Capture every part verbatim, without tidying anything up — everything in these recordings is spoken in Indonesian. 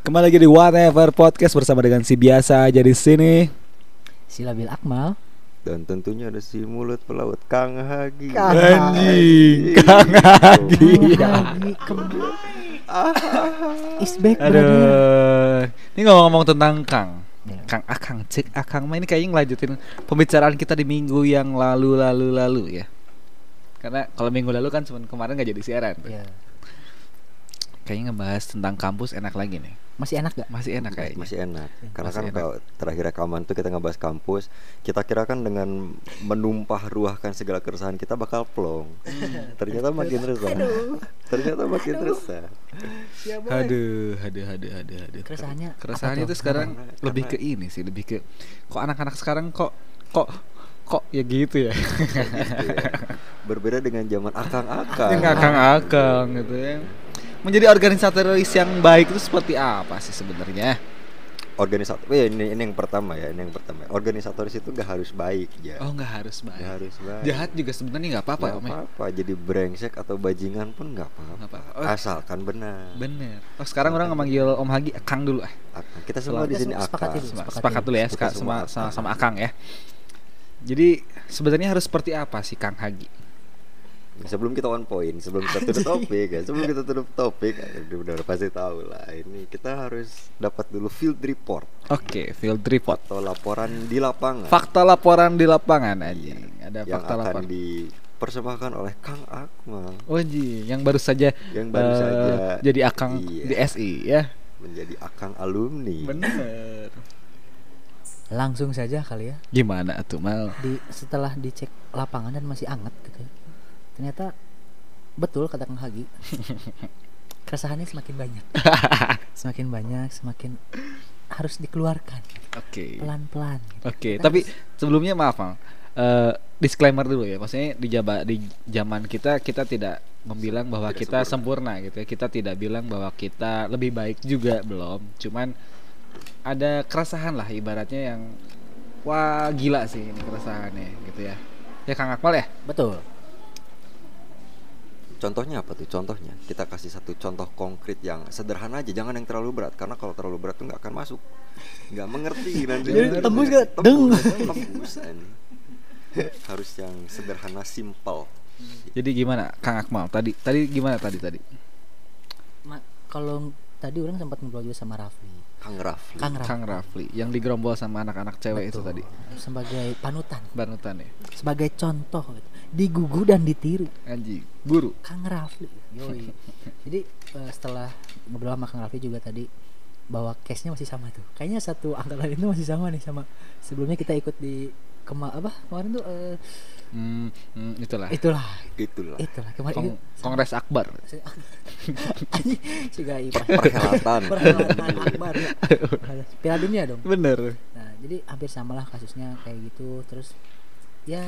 Kembali lagi di Whatever Podcast bersama dengan si biasa aja di sini. Si Labil Akmal. Dan tentunya ada si mulut pelaut Kang Hagi. Kang Anjing, Kang Hagi. Hagi kembali. Is back, brother. Aduh. Ini ngomong-ngomong tentang Kang. Ya. Kang Akang, cek Akang mah ini kayaknya ngelanjutin pembicaraan kita di minggu yang lalu-lalu-lalu ya. Karena kalau minggu lalu kan cuma kemarin gak jadi siaran tuh. Ya. Kayaknya ngebahas tentang kampus enak lagi nih. Masih enak gak? Masih enak kayaknya. Masih enak. Karena Masih kan enak. kalau terakhir rekaman tuh kita ngebahas kampus, kita kira kan dengan menumpah ruahkan segala keresahan kita bakal plong. Ternyata makin resah. Ternyata makin resah. Aduh, aduh, aduh, aduh, aduh. Keresahannya Keresahannya apa itu tuh? sekarang Karena- lebih ke karena- ini sih, lebih ke kok anak-anak sekarang kok kok kok ya gitu ya. Gitu ya. Berbeda dengan zaman akang-akang. Yang akang-akang gitu ya. Menjadi organisatoris yang baik itu seperti apa sih sebenarnya? Organisator, eh, ini, ini yang pertama ya, ini yang pertama. Organisatoris itu gak harus baik ya. Oh, nggak harus Gak baik. harus baik. Jahat juga sebenarnya nggak apa-apa, Nggak Om. ya? apa-apa, jadi brengsek atau bajingan pun nggak Nggak apa-apa. apa-apa. Oh. Asalkan benar. Bener. Oh, sekarang orang memanggil Om Hagi Akang dulu ah. Akang. Kita semua Kita di sini semua sepakat akang. itu. Sema- Sepakat Sepakat dulu ya, Kita seka- semua sama, sama, Akang. sama Akang ya. Jadi sebenarnya harus seperti apa sih Kang Hagi? Sebelum kita on point, sebelum kita tutup topik ya, sebelum kita tutup topik, udah, udah, udah pasti tahu lah. Ini kita harus dapat dulu field report Oke, field report. atau laporan di lapangan Fakta laporan di lapangan aja. Ada yang fakta akan laporan. dipersembahkan oleh Kang Akmal Oh ji, yang baru saja yang baru eh, saja jadi Akang iya, di S I ya. menjadi Akang alumni. Bener. Langsung saja kali ya. Gimana tuh Mal? Di setelah dicek lapangan dan masih anget gitu ya. Ternyata betul kata Kang Hagi. Keresahannya semakin banyak. Semakin banyak, semakin harus dikeluarkan Oke. pelan-pelan. Oke, Kita tapi harus- sebelumnya maaf Mal. Eh, disclaimer dulu ya. Maksudnya di jaba, di zaman kita kita tidak membilang bahwa Tidak kita sempurna. sempurna. gitu ya. Kita tidak bilang bahwa kita lebih baik juga belum. Cuman ada keresahan lah ibaratnya yang wah gila sih ini keresahannya gitu ya. Ya Kang Akmal ya? Betul. Contohnya apa tuh? Contohnya kita kasih satu contoh konkret yang sederhana aja, jangan yang terlalu berat karena kalau terlalu berat tuh nggak akan masuk, nggak mengerti nanti. Jadi tembus nggak? Tembus, tembusan. Harus yang sederhana, simple. Jadi gimana Kang Akmal? Tadi tadi gimana tadi tadi? Ma- kalau tadi orang sempat ngobrol juga sama Rafli. Kang Rafli. Kang Rafli. Kang Rafli yang digerombol sama anak-anak cewek itu Betul. tadi. Sebagai panutan, Banutan ya. sebagai contoh gitu. Digugu dan ditiru. Anjing, guru. Kang Rafli. Yoi. Jadi eh, setelah ngobrol sama Kang Rafli juga tadi bahwa case-nya masih sama tuh. Kayaknya satu angkatan itu masih sama nih sama sebelumnya kita ikut di kema apa kemarin tuh eh, Hmm, hmm, itulah. itulah Itulah itulah kemarin Kong- itu Kongres Akbar. juga Ipa. perhelatan. Perhelatan akbar ya. Piala dunia dong. Bener. Nah, jadi hampir samalah kasusnya kayak gitu. Terus ya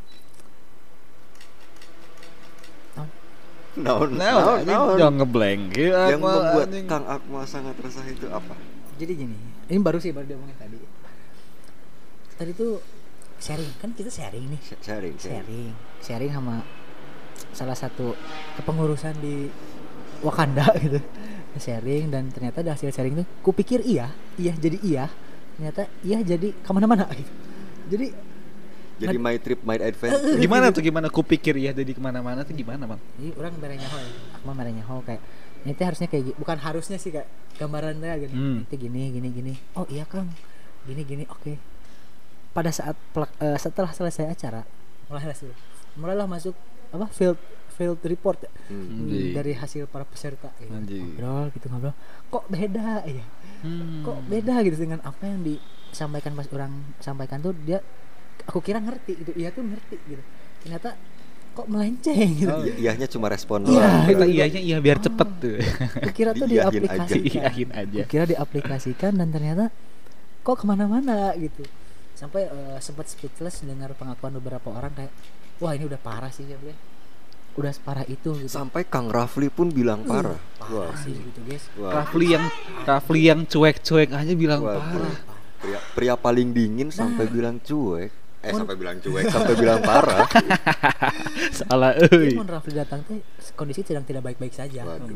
Naon, Nah, naon, ini naon. jangan ngeblank. Gila, Yang Akmal, membuat anjing. Kang Akmal sangat resah itu apa? jadi gini. Ini baru sih baru diomongin tadi. Tadi tuh sharing kan kita sharing nih. Sh- Sharing, sharing. sharing sharing sama salah satu kepengurusan di Wakanda gitu, sharing dan ternyata dari hasil sharing itu kupikir iya iya jadi iya ternyata iya jadi kemana-mana gitu. Jadi Jadi my trip, my adventure. Gimana tuh gimana kupikir ya jadi kemana-mana tuh gimana bang? ini orang merenya hol aku mah merenya hol kayak ini teh harusnya kayak gitu, bukan harusnya sih kayak gambarannya gini Hmm. itu gini gini gini oh iya Kang gini gini oke. Pada saat pelak- eh, setelah selesai acara mulailah sih mulailah masuk apa field field report ya. Hmm. Hmm, Anjing. dari hasil para peserta gitu. Anjing. ngobrol gitu ngobrol kok beda ya Hmm. kok beda gitu dengan apa yang disampaikan pas orang sampaikan tuh dia aku kira ngerti gitu iya tuh ngerti gitu ternyata kok melenceng gitu. Oh. I- Iyahnya cuma respon Iya, doang. Kita gitu. iyanya iya biar cepet tuh. Aku kira tuh Diiyahin diaplikasikan Diiyahin aja. Aku kira diaplikasikan dan ternyata kok kemana-mana gitu sampai eh, sempat speechless dengar pengakuan beberapa orang kayak wah ini udah parah sih ya Bro. Udah separah itu gitu. Sampai Kang Rafli pun bilang parah. Parah Wah. sih gitu guys. Wah. Rafli yang Rafli yang cuek-cuek aja bilang Waduh. parah. Pria, pria paling dingin sampai bilang cuek. Eh Mon- sampai bilang cuek, sampai bilang parah. Salah Jadi euy. mun Rafli datang teh kondisi sedang tidak baik-baik saja. Waduh.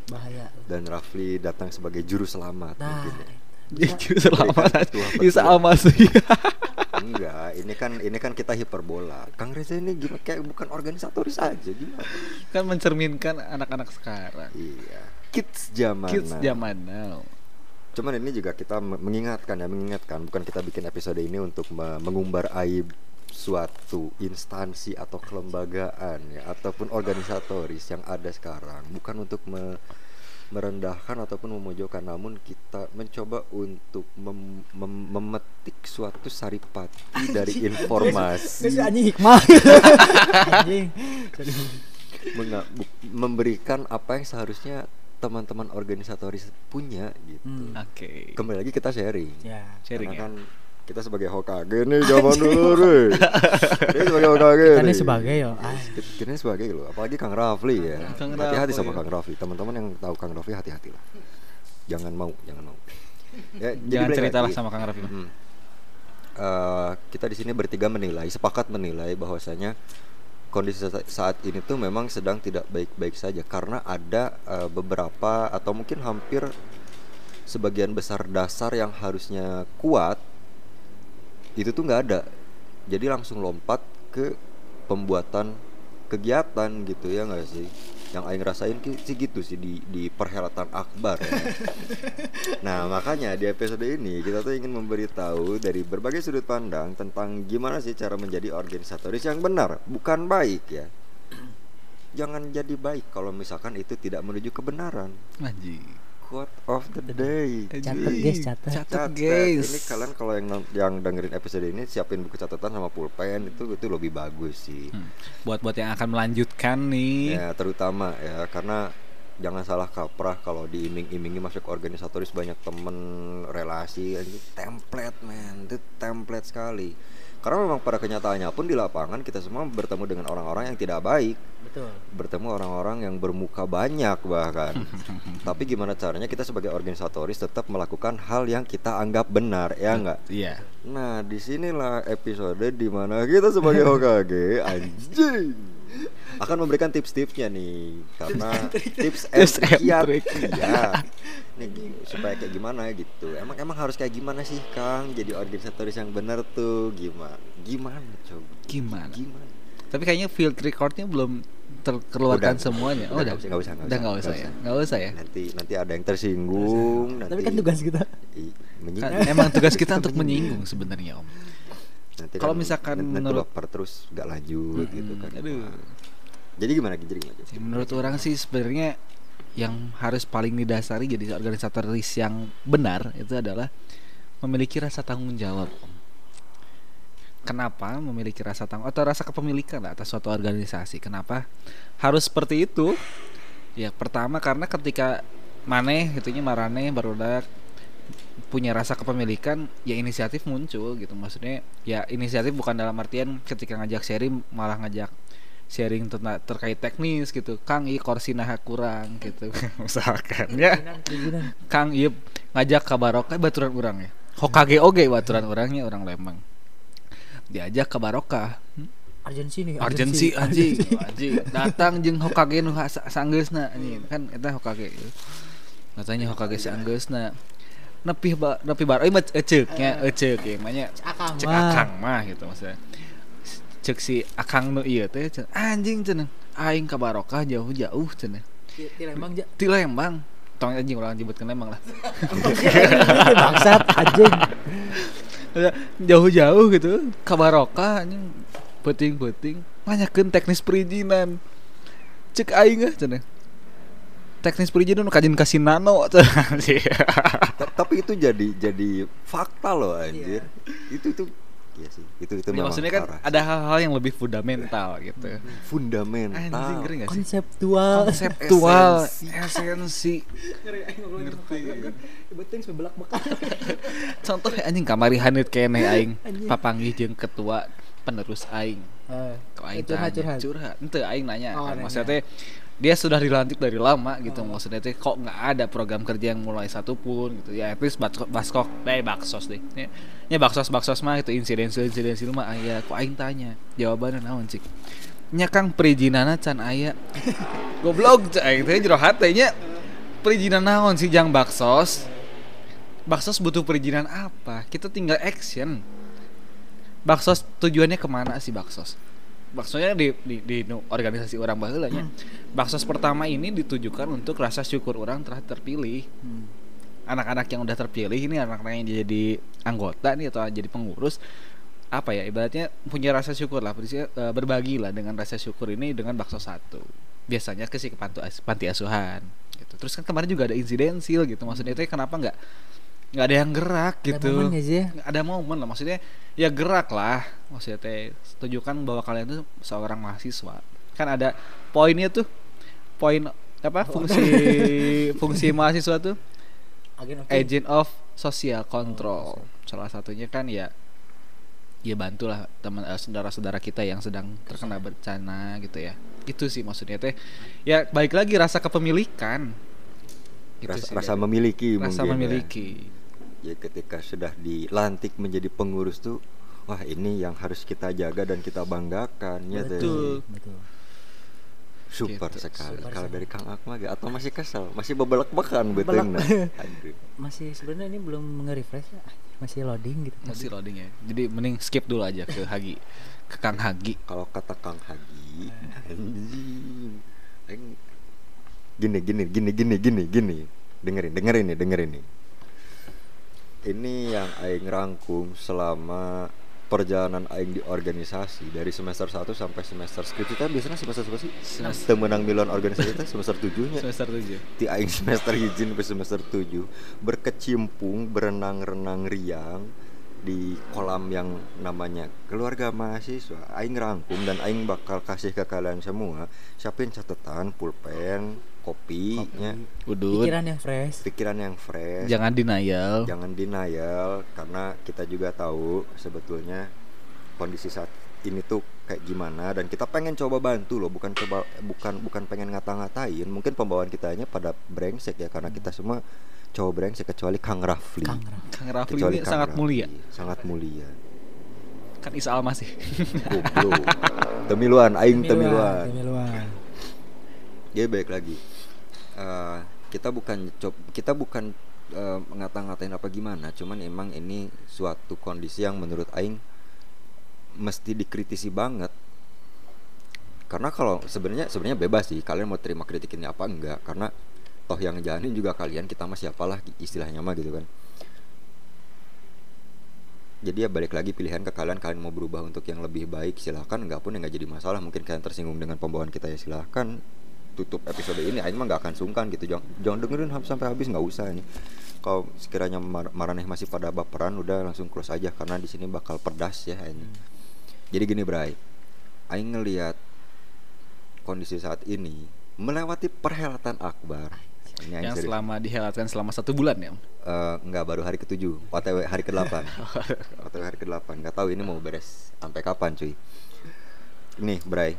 bahaya. dan Rafli datang sebagai juru selamat Nah, mungkin ya. Dia juga selamat Petua Isa petua. Almasih. Enggak, ini kan ini kan kita hiperbola. Kang Reza ini gimana, kayak bukan organisatoris aja gimana? Kan mencerminkan anak-anak sekarang. Iya, kids zaman Kids now. zaman now. Cuman ini juga kita me- mengingatkan ya, mengingatkan bukan kita bikin episode ini untuk me- mengumbar aib suatu instansi atau kelembagaan ya ataupun organisatoris yang ada sekarang, bukan untuk me- merendahkan ataupun memojokkan, namun kita mencoba untuk mem- mem- memetik suatu saripati dari informasi, Geus anjing hikmah. Anjing. menga- bu- memberikan apa yang seharusnya teman-teman organisatoris punya gitu. Hmm. Oke. Kembali lagi kita sharing. Ya. Sharing Karena ya. kan kita sebagai Hokage nih zaman dulu nih. Dia sebagai Hokage Kita nih. nih sebagai yo. Ah. Kita, kita ini sebagai loh, apalagi Kang Rafli ya. Kang Hati-hati Rafli. sama Kang Rafli. Teman-teman yang tahu Kang Rafli hati-hati lah. Jangan mau, jangan mau. Ya, jadi Jangan balik ceritalah lagi. sama Kang Raffi. Hmm. Eh, kita di sini bertiga menilai, sepakat menilai bahwasanya kondisi sa- saat ini tuh memang sedang tidak baik-baik saja karena ada eh, beberapa atau mungkin hampir sebagian besar dasar yang harusnya kuat itu tuh nggak ada, jadi langsung lompat ke pembuatan kegiatan gitu ya nggak sih? Yang Aing rasain ki- sih gitu sih di di perhelatan akbar ya. Nah makanya di episode ini kita tuh ingin memberitahu dari berbagai sudut pandang tentang gimana sih cara menjadi organisatoris yang benar, bukan baik ya. Jangan jadi baik kalau misalkan itu tidak menuju kebenaran. Anjing. Quote of the day. Catat guys, catat. Catat Catat. guys. Ini kalian kalau yang non- yang dengerin episode ini siapin buku catatan sama pulpen, itu itu lebih bagus sih. Hmm. Buat-buat yang akan melanjutkan nih. Ya terutama ya karena jangan salah kaprah kalau diiming-imingi masuk organisatoris banyak temen relasi, itu template man, itu template sekali. Karena memang pada kenyataannya pun di lapangan kita semua bertemu dengan orang-orang yang tidak baik, Betul. bertemu orang-orang yang bermuka banyak bahkan. Tapi gimana caranya kita sebagai organisatoris tetap melakukan hal yang kita anggap benar, ya enggak? Iya. Nah, disinilah episode di mana kita sebagai Hokage anjing akan memberikan tips-tipsnya nih, karena tips and Tips and kiat trick. ya. Nih gi- supaya kayak gimana gitu. Emang emang harus kayak gimana sih, Kang? Jadi organisatoris yang benar tuh gimana? Gimana, coba? Gimana? Gimana? Tapi kayaknya field recordnya belum terkeluarkan Udah. semuanya. Oh, Udah, udah. nggak usah, nggak usah, nggak Udah usah, nggak usah nggak ya. usah. Nggak usah ya. Nanti nanti ada yang tersinggung, nanti Tapi kan tugas kita. i- Kan, menyinggung. emang tugas kita untuk menyinggung sebenarnya, Om. Nanti Kalau kan misalkan nanti menurut- baper terus nggak lanjut gitu kan. Aduh. Jadi gimana jadi gimana? Ya, menurut orang sih sebenarnya yang harus paling didasari jadi organisatoris yang benar itu adalah memiliki rasa tanggung jawab. Om. Kenapa memiliki rasa tanggung atau rasa kepemilikan lah atas suatu organisasi? Kenapa harus seperti itu? Ya pertama karena ketika maneh gitunya marane barudak punya rasa kepemilikan, ya inisiatif muncul gitu. Maksudnya ya inisiatif bukan dalam artian ketika ngajak sharing malah ngajak sharing tentang terkait teknis gitu. Kang ieu korsinaha kurang gitu. Misalkan ya. Perizinan. Kang ieu ngajak ka barokah baturan urang ya. Hokage oge baturan urangnya orang Lembang. Diajak ke barokah. Hmm? Urgensi nih. Urgensi anjing, anjing. Datang jeung Hokage nu sa- saenggeusna anjing. Kan eta Hokage. Katanya Hokage saenggeusna. Nepi ba nepi bar euy mah ceuk nya, ceuk ya manya. Akang Cek mah. akang mah gitu maksudnya. Cek si akang nu ieu teh cenah, anjing cenah. Aing ka barokah jauh-jauh cenah. Di di Lembang ja. Ti Lembang. Tong anjing urang nyebutkeun Lembang lah. Bangsat anjing. Jauh-jauh gitu ka barokah anjing peuting-peuting nanyakeun teknis perizinan. Cek aing ah cenah. Teknis perizinan nu kajin kasih nano cenah. Ta- Tapi itu jadi jadi fakta loh anjir. Itu itu iya sih. Itu itu Ya, memang maksudnya kan parah ada sih. hal-hal yang lebih fundamental gitu. fundamental. Anjing ngeri gak sih? Konseptual. Konseptual, Esensi. esensi. Ngerti. Beting sebelak-belak. Contoh anjing kamari hanit keneh aing papanggih jeung ketua penerus aing. Eh, Kok aing curhat, tanya, curhat. curhat. Ente aing nanya. Oh, kan. nanya. Maksudnya teh dia sudah dilantik dari lama gitu. Maksudnya teh kok nggak ada program kerja yang mulai satu pun gitu. Ya at least bas- baskok, deh baksos deh. Ya, ya baksos baksos mah itu insiden insiden mah aya. Kok aing tanya. Jawabannya naon cik? Nya Kang perizinana can aya. Goblok cik aing teh jero hate nya. perizinan naon sih Jang Baksos? Baksos butuh perizinan apa? Kita tinggal action. Baksos tujuannya kemana sih Baksos? Maksudnya di, di, di organisasi orang baheula nya. Baksos pertama ini ditujukan untuk rasa syukur orang telah terpilih. Hmm. Anak-anak yang udah terpilih ini, anak-anak yang jadi anggota nih atau jadi pengurus, apa ya ibaratnya punya rasa syukur lah, berbagi lah dengan rasa syukur ini dengan bakso satu. Biasanya ke si panti, panti asuhan gitu. Terus kan kemarin juga ada insidensil gitu, maksudnya itu kenapa nggak nggak ada yang gerak gitu. Ada momen aja. Ada momen lah, maksudnya ya gerak lah, maksudnya teh tunjukkan bahwa kalian tuh seorang mahasiswa. Kan ada poinnya tuh, poin apa fungsi fungsi mahasiswa tuh Agen oke. agent of social control. Salah satunya kan ya ya bantulah teman uh, saudara-saudara kita yang sedang terkena bencana gitu ya. Itu sih maksudnya teh. Ya baik lagi rasa kepemilikan. Gitu rasa, sih, rasa dari- memiliki rasa mungkin memiliki. ya. Ya ketika sudah dilantik menjadi pengurus tuh, wah ini yang harus kita jaga dan kita banggakan ya teh. Betul. Betul. Super Gitu. sekali. Super Kalau sekali. dari Kang Akmal gak? Atau masih kesel? Masih bebelak-bekan Belak. betulnya. Aduh. Masih sebenarnya ini belum nge-refresh ya. Masih loading gitu. Masih loading ya. Jadi mending skip dulu aja ke Hagi. Ke Kang Hagi. Kalau kata Kang Hagi, anjing. Aing gini gini gini gini gini gini. Dengerin, dengerin nih, dengerin nih. Ini yang aing rangkum selama perjalanan aing di organisasi dari semester satu sampai semester skripsi. Kita biasanya semester berapa sih? Semester- Temenang miluan organisasi kita semester tujuh nya. Semester tujuh. Ti aing semester hijin ke semester tujuh berkecimpung berenang-renang riang di kolam yang namanya keluarga mahasiswa. Aing rangkum dan aing bakal kasih ke kalian semua. Siapin catatan, pulpen, kopi, nya, Udut. Pikiran yang fresh. pikiran yang fresh. Jangan denial. Jangan denial karena kita juga tahu sebetulnya kondisi saat ini tuh kayak gimana dan kita pengen coba bantu loh, bukan coba bukan bukan pengen ngata-ngatain. Mungkin pembawaan kitanya pada brengsek ya karena kita semua cowok brengsek kecuali Kang Rafli. Kang Rafli. Kang Rafli Kecuali ini Kang sangat Rafli. mulia. Sangat mulia. Kan Isa Almasih. Goblok. Temiluan aing temiluan. Temiluan. Jadi baik lagi. Uh, kita bukan cob, kita bukan uh, ngata-ngatain apa gimana, cuman emang ini suatu kondisi yang menurut aing mesti dikritisi banget. Karena kalau sebenarnya sebenarnya bebas sih kalian mau terima kritik ini apa enggak, karena toh yang ngejalanin juga kalian, kita mah siapalah istilahnya mah gitu kan. Jadi ya balik lagi pilihan ke kalian, kalian mau berubah untuk yang lebih baik silahkan, enggak pun ya nggak jadi masalah. Mungkin kalian tersinggung dengan pembawaan kita ya silahkan tutup episode ini. Aing mah nggak akan sungkan gitu, jangan jangan dengerin sampai habis, nggak usah nih. Kalau sekiranya mar- Maraneh masih pada baperan, udah langsung close aja karena di sini bakal pedas ya ini. Jadi gini Bray, Aing ngelihat kondisi saat ini melewati perhelatan akbar. Ini Aing Yang serius. selama dihelatkan selama satu bulan ya. Eh, enggak, baru hari ketujuh, O T W hari kedelapan. O T W hari kedelapan, nggak tahu ini mau beres sampai kapan cuy. Nih Bray,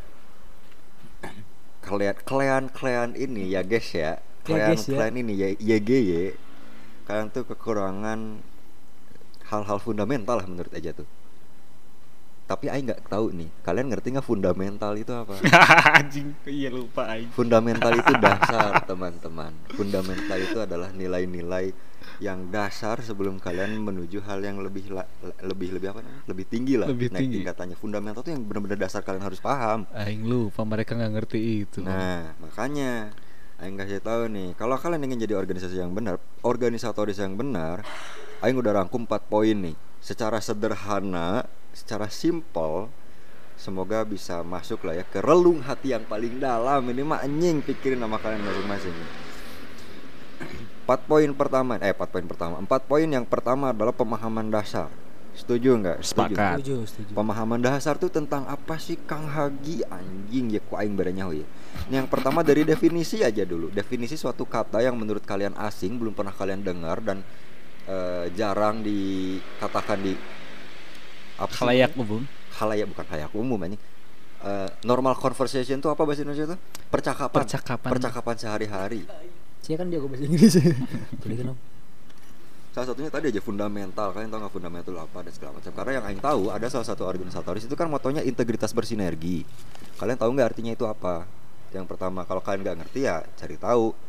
kalian kalian kalian ini ya guys ya, kalian guys, ya. kalian ini ya Y G Y, kalian tuh kekurangan hal-hal fundamental lah menurut aja tuh. Tapi aing nggak tahu nih, kalian ngerti nggak fundamental itu apa? Anjing, iya lupa aing. Fundamental itu dasar teman-teman. Fundamental itu adalah nilai-nilai yang dasar sebelum kalian menuju hal yang lebih la- lebih lebih apa namanya? Lebih tinggi lah. Lebih naik tinggi. tingkatannya. Fundamental itu yang benar-benar dasar kalian harus paham. Aing lupa, mereka nggak ngerti itu. Nah, makanya aing kasih tahu nih, kalau kalian ingin jadi organisasi yang benar, organisatoris yang benar, aing udah rangkum empat poin nih. Secara sederhana, secara simple, semoga bisa masuk lah ya ke relung hati yang paling dalam. Ini mah anjing pikirin sama kalian masing-masing. Empat poin pertama, eh empat poin pertama, empat poin yang pertama adalah pemahaman dasar. Setuju nggak? Setuju. Sepakat. Setuju, setuju. Pemahaman dasar tuh tentang apa sih Kang Hagi? Anjing ya ku aing berenyaho ya. Yang pertama dari definisi aja dulu. Definisi suatu kata yang menurut kalian asing, belum pernah kalian dengar dan eh, jarang dikatakan di apa sih Khalayak namanya? umum. Khalayak bukan khalayak umum anjing. Eh, normal conversation tuh apa bahasa Indonesia tuh? Percakapan. Percakapan. Percakapan sehari-hari. Cia kan jago bahasa Inggris. Jadi kenapa? Salah satunya tadi aja fundamental. Kalian tahu nggak fundamental apa dan segala macam. Karena yang aing tahu ada salah satu organisatoris itu kan motonya integritas bersinergi. Kalian tahu nggak artinya itu apa? Yang pertama, kalau kalian nggak ngerti ya cari tahu.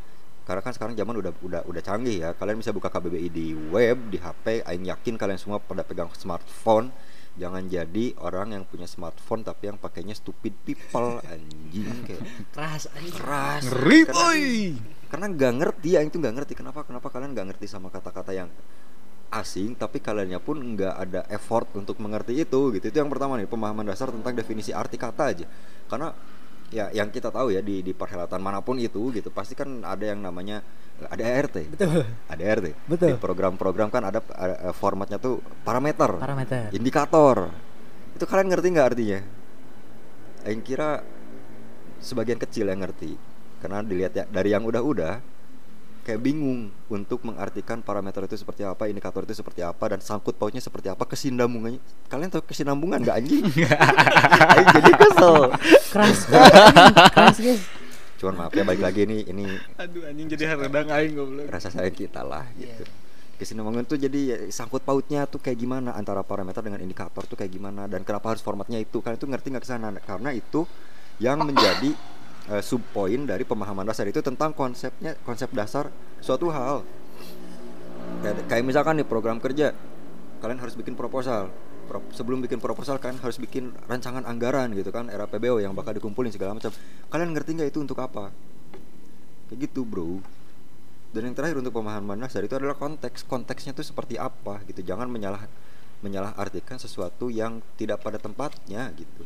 karena kan sekarang zaman udah udah udah canggih ya. Kalian bisa buka K B B I di web, di H P. Aing yakin kalian semua pada pegang smartphone. Jangan jadi orang yang punya smartphone tapi yang pakainya stupid people anjing kayak Keras anjing. keras. Ngeri, Karena- boy. Karena nggak ngerti, Aing tuh nggak ngerti kenapa kenapa kalian nggak ngerti sama kata-kata yang asing, tapi kaliannya pun nggak ada effort untuk mengerti itu gitu. Itu yang pertama nih, pemahaman dasar tentang definisi arti kata aja. Karena ya yang kita tahu ya di di perhelatan manapun itu gitu pasti kan ada yang namanya ada A R T. Betul. Ada A R T. Betul. Di program-program kan ada, ada formatnya tuh parameter, Parameter. indikator. Itu kalian ngerti nggak artinya? Aing kira sebagian kecil yang ngerti. Karena dilihat ya dari yang udah-udah kayak bingung untuk mengartikan parameter itu seperti apa, indikator itu seperti apa, dan sangkut pautnya seperti apa, kesinambungannya. Kalian tahu kesinambungan nggak anjing? Aing jadi kesel. Keras. anjing. Keras guys. Cuman maaf ya, balik lagi ini ini Aduh anjing jadi haredang aing goblok. rasa sayang kita lah gitu. Iya. Kesinambungan tuh jadi ya, sangkut pautnya tuh kayak gimana antara parameter dengan indikator tuh kayak gimana, dan kenapa harus formatnya itu, kan itu ngerti nggak kesana? Karena itu yang menjadi uh, subpoin dari pemahaman dasar itu tentang konsepnya, konsep dasar suatu hal. Kayak, kayak misalkan nih program kerja, kalian harus bikin proposal. Pro, sebelum bikin proposal kan harus bikin rancangan anggaran gitu kan, R A P B O yang bakal dikumpulin segala macam. Kalian ngerti nggak itu untuk apa? Kayak gitu bro. Dan yang terakhir untuk pemahaman dasar itu adalah konteks. Konteksnya itu seperti apa gitu. Jangan menyalah menyalah artikan sesuatu yang tidak pada tempatnya gitu.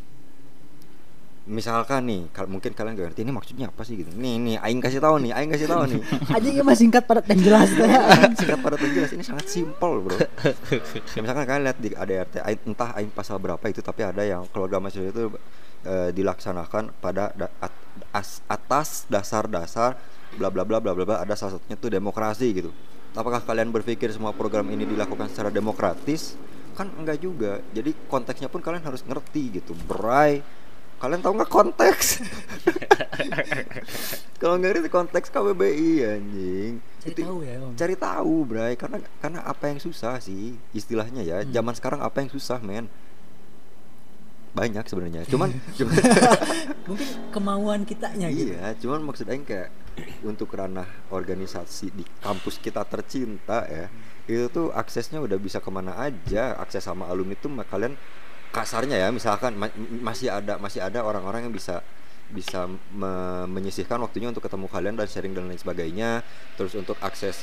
Misalkan nih, kal- mungkin kalian gak ngerti ini maksudnya apa sih gitu. Nih nih, aing kasih tahu nih, aing kasih tahu nih. Anjing mah singkat padat dan jelas tuh. Singkat padat dan jelas, ini sangat simpel bro. Ya, misalkan kalian lihat di A D R T, aing- entah aing pasal berapa itu, tapi ada yang keluarga mahasiswa itu eh, dilaksanakan pada da- at- as- atas dasar-dasar bla bla bla bla bla bla. Ada salah satunya tuh demokrasi gitu. Apakah kalian berpikir semua program ini dilakukan secara demokratis? Kan enggak juga. Jadi konteksnya pun kalian harus ngerti gitu. Bray, kalian tahu nggak konteks? Kalau nggak ngerti konteks K B B I anjing. Cari Itu- tahu ya, Om. Cari tahu, Bray. Karena karena apa yang susah sih istilahnya ya. Hmm. Zaman sekarang apa yang susah, men? Banyak sebenarnya. Cuman cuman Mungkin kemauan kitanya gitu. iya, cuman maksud aing kayak untuk ranah organisasi di kampus kita tercinta ya, itu tuh aksesnya udah bisa kemana aja. Akses sama alumni tuh ma- kalian kasarnya ya, misalkan ma- m- masih ada masih ada orang-orang yang bisa bisa me- menyisihkan waktunya untuk ketemu kalian dan sharing dan lain sebagainya. Terus untuk akses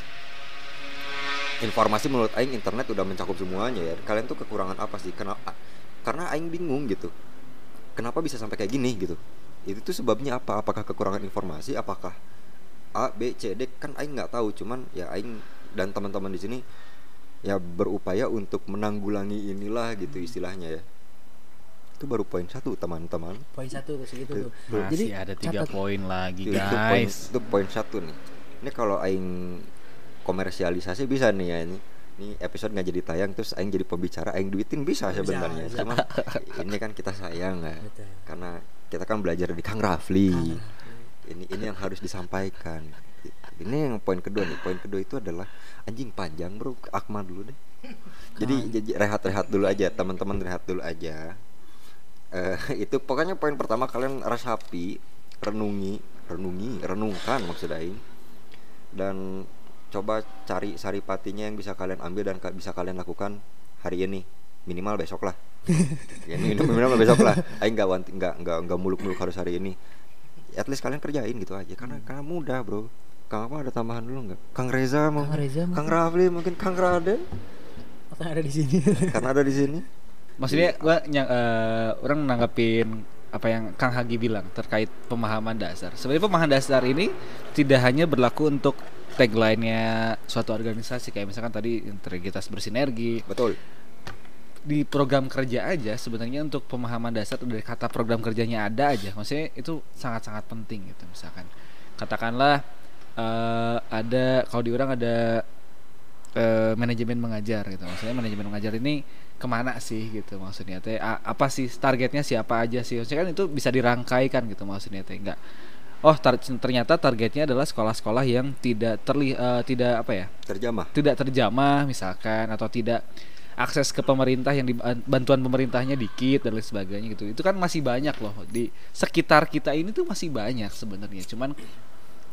informasi menurut aing internet udah mencakup semuanya ya. Kalian tuh kekurangan apa sih? Kenapa? Karena aing bingung gitu. Kenapa bisa sampai kayak gini gitu? Itu tuh sebabnya apa? Apakah kekurangan informasi? Apakah A, B, C, D? Kan aing nggak tahu. Cuman ya aing dan teman-teman di sini ya berupaya untuk menanggulangi inilah gitu istilahnya ya. Itu baru poin satu teman-teman. Poin satu tuh segitu Tuh. tuh. Masih Jadi ada tiga catat. poin lagi Itu, itu poin, guys. itu poin satu nih. Ini kalau aing komersialisasi bisa nih ya ini. Ini episode nggak jadi tayang terus aing jadi pembicara, aing duitin bisa Bisa, sebenarnya. bisa. Cuma ini kan kita sayang ya. Betul. Karena kita kan belajar di Kang Rafli. Kang Ini ini yang harus disampaikan. Ini yang poin kedua nih. Poin kedua itu adalah anjing panjang, Bro. Akmal dulu deh. Jadi jadi rehat-rehat dulu aja, teman-teman rehat dulu aja. Eh itu pokoknya poin pertama, kalian resapi, renungi, renungi, renungkan maksud aing. Dan coba cari saripatinya yang bisa kalian ambil dan ka- bisa kalian lakukan hari ini, minimal besok lah. Ya, minimal, minimal besok lah. Aing nggak wanti- nggak nggak nggak muluk-muluk harus hari ini. At least kalian kerjain gitu aja karena karena mudah, Bro. Kang apa ada tambahan dulu nggak? Kang Reza mau. Kang Reza Kang mungkin. Rafli mungkin, Kang Raden Apa yang ada di sini? karena ada di sini. Maksudnya gua nyang, eh, orang nanggapin apa yang Kang Hagi bilang terkait pemahaman dasar. Sebenarnya pemahaman dasar ini tidak hanya berlaku untuk tagline-nya suatu organisasi kayak misalkan tadi integritas bersinergi. Betul. Di program kerja aja sebenarnya untuk pemahaman dasar dari kata program kerjanya ada aja. Maksudnya itu sangat-sangat penting gitu. Misalkan katakanlah eh, ada kalau di orang ada eh, manajemen mengajar gitu. Maksudnya manajemen mengajar ini kemana sih gitu maksudnya teh a- apa sih targetnya siapa aja sih, maksudnya kan itu bisa dirangkaikan gitu maksudnya teh enggak oh tar- ternyata targetnya adalah sekolah-sekolah yang tidak terli eh, tidak apa ya Terjamah. tidak terjamah misalkan, atau tidak akses ke pemerintah yang di, bantuan pemerintahnya dikit dan lain sebagainya gitu. Itu kan masih banyak loh di sekitar kita ini tuh masih banyak sebenarnya. Cuman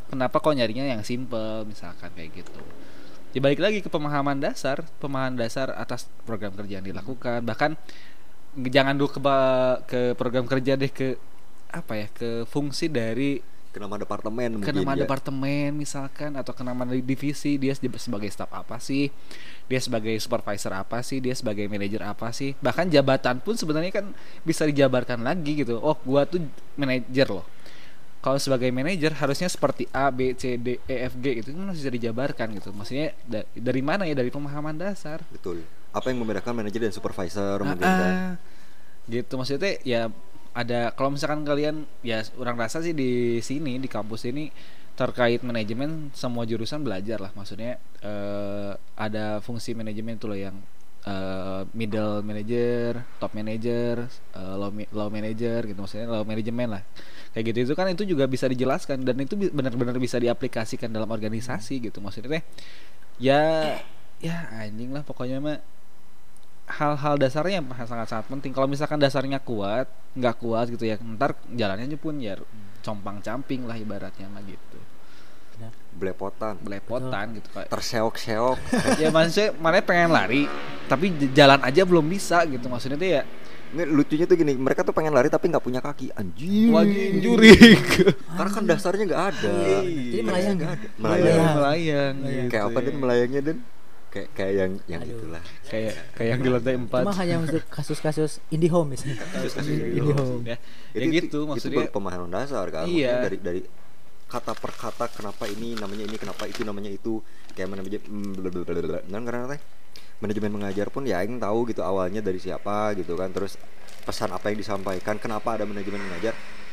kenapa kok nyarinya yang simple misalkan kayak gitu. Ya balik lagi ke pemahaman dasar, pemahaman dasar atas program kerja yang dilakukan. Bahkan jangan dulu ke ke program kerja deh, ke apa ya, ke fungsi dari ke nama departemen ke mungkin nama ya. departemen misalkan, atau ke nama divisi, dia sebagai staff apa sih, dia sebagai supervisor apa sih, dia sebagai manajer apa sih. Bahkan jabatan pun sebenarnya kan bisa dijabarkan lagi gitu. Oh, gua tuh manajer loh. Kalau sebagai manajer harusnya seperti A, B, C, D, E, F, G gitu kan masih bisa dijabarkan gitu. Maksudnya da- dari mana ya? Dari pemahaman dasar. Betul. Apa yang membedakan manajer dan supervisor Ah, mungkin kan. ah. Gitu maksudnya ya, ada kalau misalkan kalian ya, orang rasa sih di sini di kampus ini terkait manajemen semua jurusan belajar lah. Maksudnya eh, ada fungsi manajemen itu loh, yang eh, middle manager, top manager, eh, low, mi- low manager gitu, maksudnya low manajemen lah. Kayak gitu itu kan itu juga bisa dijelaskan dan itu bi- benar-benar bisa diaplikasikan dalam organisasi gitu. Maksudnya teh ya ya anjing lah pokoknya mah, hal-hal dasarnya yang sangat-sangat penting. Kalau misalkan dasarnya kuat, nggak kuat gitu ya, ntar jalannya pun ya compang-camping lah ibaratnya mah gitu, Belepotan, belepotan gitu kayak. terseok-seok. Ya maksudnya mana pengen lari tapi j- jalan aja belum bisa gitu. Maksudnya tuh ya Ini lucunya tuh gini, mereka tuh pengen lari tapi nggak punya kaki, anjing. wajib jurik. Karena kan dasarnya nggak ada. Jadi melayang nggak ada. melayang Melayang. melayang gitu Kayak apa ya. dan melayangnya dan kayak kayak yang yang Aduh. itulah. kayak kayak yang di lantai empat. Cuma hanya untuk kasus-kasus IndiHome misalnya. Kasus-kasus IndiHome. ya, ya Itu- gitu itu maksudnya. baru pemahaman dasar kan. Iya. Maksudnya dari dari kata per kata kenapa ini namanya ini, kenapa itu namanya itu, kayak manajemen dan karena teh manajemen mengajar pun ya aing tahu gitu awalnya dari siapa gitu kan, terus pesan apa yang disampaikan, kenapa ada manajemen mengajar.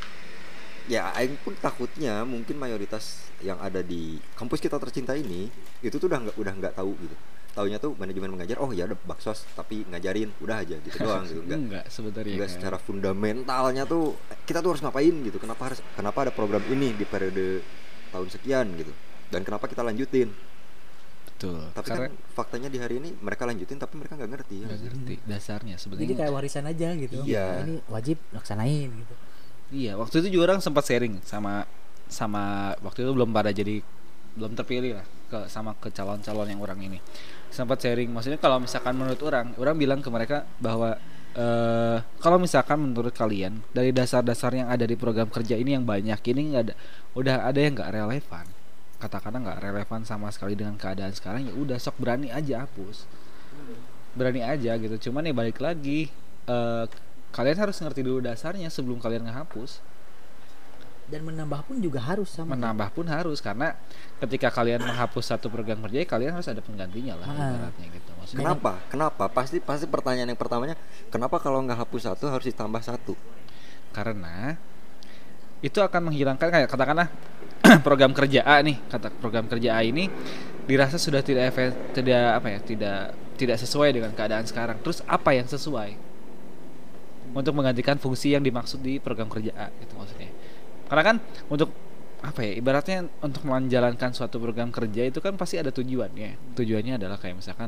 Ya aing pun takutnya mungkin mayoritas yang ada di kampus kita tercinta ini itu tuh udah nggak udah nggak tahu gitu. Taunya tuh manajemen mengajar, oh ya ada baksos tapi ngajarin udah aja gitu doang gitu. Enggak Enggak sebenarnya enggak kan. secara fundamentalnya tuh kita tuh harus ngapain gitu, kenapa harus kenapa ada program ini di periode tahun sekian gitu, dan kenapa kita lanjutin. Betul. Tapi Karena kan faktanya di hari ini mereka lanjutin tapi mereka nggak ngerti ya. nggak ngerti dasarnya sebenarnya. Jadi kayak warisan aja gitu. Iya. Ini wajib laksanain gitu. Iya, waktu itu juga orang sempat sharing sama sama waktu itu belum pada jadi belum terpilih lah ke sama ke calon-calon yang orang ini. Sempat sharing, maksudnya kalau misalkan menurut orang, orang bilang ke mereka bahwa eh kalau misalkan menurut kalian dari dasar-dasar yang ada di program kerja ini yang banyak ini nggak ada, udah ada yang nggak relevan, katakanlah nggak relevan sama sekali dengan keadaan sekarang, ya udah sok berani aja hapus, berani aja gitu. Cuman ya balik lagi, eh kalian harus ngerti dulu dasarnya sebelum kalian ngehapus. Dan menambah pun juga harus sama. Menambah pun harus, karena ketika kalian menghapus satu program kerja, ya kalian harus ada penggantinya lah Ah. ibaratnya gitu. Maksudnya Kenapa? Kenapa? Pasti pasti pertanyaan yang pertamanya, kenapa kalau nggak hapus satu harus ditambah satu? karena itu akan menghilangkan, kayak katakanlah program kerja A nih, kata program kerja A ini dirasa sudah tidak efek, tidak apa ya, tidak tidak sesuai dengan keadaan sekarang. Terus apa yang sesuai untuk menggantikan fungsi yang dimaksud di program kerja A gitu maksudnya. Karena kan untuk apa ya, ibaratnya untuk menjalankan suatu program kerja itu kan pasti ada tujuannya. Tujuannya adalah kayak misalkan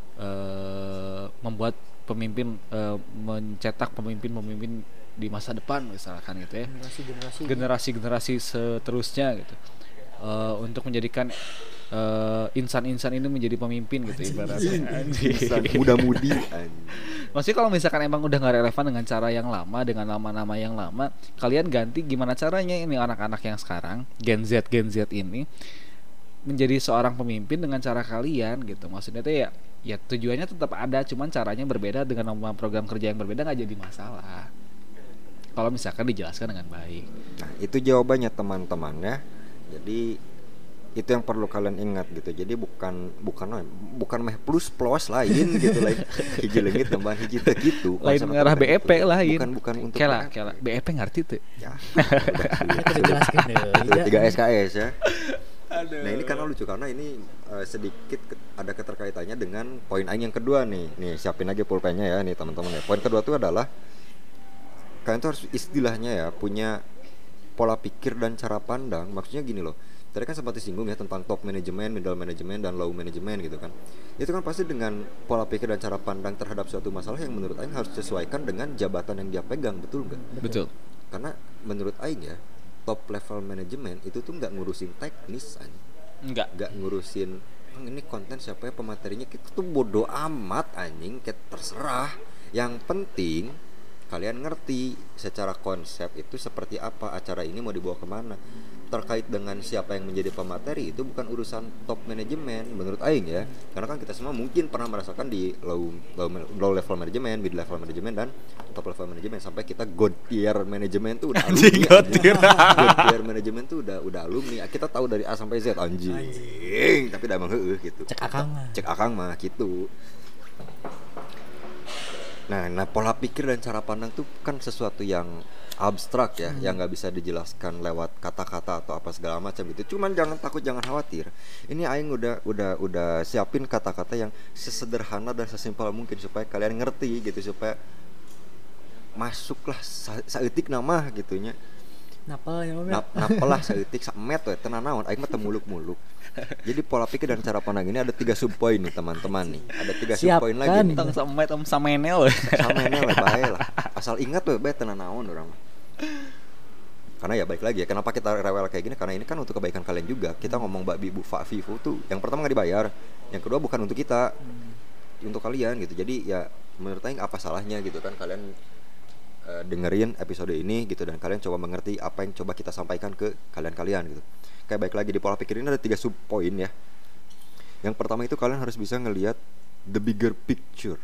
eh, membuat pemimpin, eh, mencetak pemimpin-pemimpin di masa depan misalkan gitu ya, Generasi-generasi. generasi-generasi seterusnya gitu. Eh, untuk menjadikan eh, insan-insan ini menjadi pemimpin gitu ibaratnya. Anjing. Muda-mudi. anjing. Maksudnya kalau misalkan emang udah nggak relevan dengan cara yang lama, dengan nama-nama yang lama, kalian ganti gimana caranya ini anak-anak yang sekarang Gen Z Gen Z ini menjadi seorang pemimpin dengan cara kalian gitu. Maksudnya tuh ya ya tujuannya tetap ada, cuman caranya berbeda dengan nama program kerja yang berbeda, nggak jadi masalah kalau misalkan dijelaskan dengan baik. Nah, itu jawabannya teman-teman ya. Jadi itu yang perlu kalian ingat gitu. Jadi bukan bukan bukan meh plus plus lain gitu, lain hiji leungit tambahan hiji teh gitu. Lain Konsep ngarah B E P itu. lain. Bukan bukan untuk Kela, B E P. kela B E P ngerti tuh. Ya. Kita udah jelaskan deh. Sudah tiga S K S ya. Nah, ini karena lucu karena ini uh, sedikit ke- ada keterkaitannya dengan poin aing yang kedua nih. Nih, siapin aja pulpennya ya nih teman-teman ya. Poin kedua itu adalah kalian tuh harus istilahnya ya punya pola pikir dan cara pandang. Maksudnya gini loh. Tadi kan sempat disinggung ya tentang top management, middle management, dan low management gitu kan. Itu kan pasti dengan pola pikir dan cara pandang terhadap suatu masalah yang menurut Aing harus disesuaikan dengan jabatan yang dia pegang, betul nggak? Betul. Karena menurut Aing ya, top level manajemen itu tuh nggak ngurusin teknis aja, Enggak. nggak ngurusin "Bang, ini konten siapa ya pematerinya", kita tuh bodoh amat anjing, kayak terserah. Yang penting kalian ngerti secara konsep itu seperti apa, acara ini mau dibawa kemana. Terkait dengan siapa yang menjadi pemateri itu bukan urusan top manajemen menurut aing ya, karena kan kita semua mungkin pernah merasakan di low low, low level manajemen, mid level manajemen, dan top level manajemen, sampai kita god tier manajemen tuh udah alumni. God tier. God tier manajemen tuh udah udah alumni, kita tahu dari A sampai Z anjing, anjing. Tapi udah emang heueuh gitu, Cek akang mah. cek akang mah gitu. Nah, nah pola pikir dan cara pandang tuh kan sesuatu yang abstrak ya, hmm. yang nggak bisa dijelaskan lewat kata-kata atau apa segala macam gitu. Cuman jangan takut, jangan khawatir. Ini aing udah udah udah siapin kata-kata yang sesederhana dan sesimpel mungkin supaya kalian ngerti gitu, supaya masuklah sa- saeutik nama gitunya. Napal ya, Nap, napelah saeutik samet we tenan naon aing mah teu muluk-muluk. Jadi pola pikir dan cara pandang ini ada tiga sub poin nih teman-teman nih. Ada tiga sub poin lagi nih. Tentang sama om samenel. Samenel we bae lah. Asal ingat we bae tenan naon urang mah. Karena ya baik lagi ya, kenapa kita rewel kayak gini? Karena ini kan untuk kebaikan kalian juga. Kita ngomong Mbak Bibu Fa Vivu tuh yang pertama nggak dibayar, yang kedua bukan untuk kita, untuk kalian gitu. Jadi ya menurut aing apa salahnya gitu kan kalian uh, dengerin episode ini gitu, dan kalian coba mengerti apa yang coba kita sampaikan ke kalian-kalian gitu. Kayak baik lagi di pola pikir ini ada tiga sub poin ya. Yang pertama itu kalian harus bisa ngelihat the bigger picture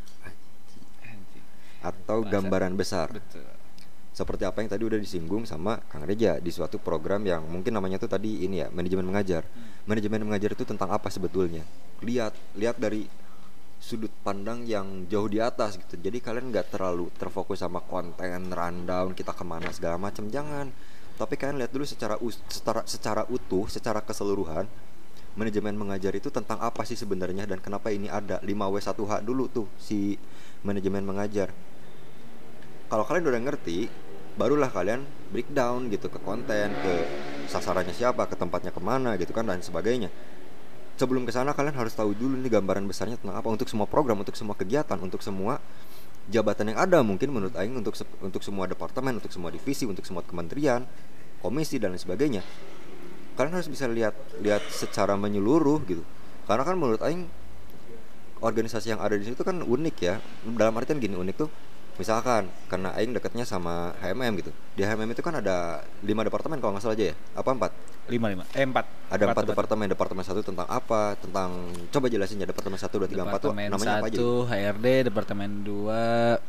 atau Bahasa, gambaran besar. Betul. Seperti apa yang tadi udah disinggung sama Kang Reja di suatu program yang mungkin namanya tuh tadi ini ya, manajemen mengajar. Hmm. Manajemen mengajar itu tentang apa sebetulnya? Lihat, lihat dari sudut pandang yang jauh di atas gitu. Jadi kalian nggak terlalu terfokus sama konten rundown kita kemana segala macam, jangan. Tapi kalian lihat dulu secara secara secara utuh, secara keseluruhan manajemen mengajar itu tentang apa sih sebenarnya, dan kenapa ini ada lima W satu H dulu tuh si manajemen mengajar. Kalau kalian udah ngerti, barulah kalian breakdown gitu ke konten, ke sasarannya siapa, ke tempatnya kemana gitu kan, dan sebagainya. Sebelum ke sana kalian harus tahu dulu nih gambaran besarnya tentang apa untuk semua program, untuk semua kegiatan, untuk semua jabatan yang ada mungkin menurut aing, untuk untuk semua departemen, untuk semua divisi, untuk semua kementerian, komisi dan lain sebagainya. Kalian harus bisa lihat lihat secara menyeluruh gitu. Karena kan menurut aing organisasi yang ada di situ kan unik ya. Dalam artian gini, unik tuh misalkan karena aing dekatnya sama H M M gitu. Di H M M itu kan ada lima departemen kalau nggak salah aja ya. Apa empat? Lima lima. Eh empat. Ada empat departemen. Departemen satu tentang apa? Tentang coba jelasin ya, departemen satu, dua, tiga, empat tuh namanya apa aja? Departemen satu H R D, departemen dua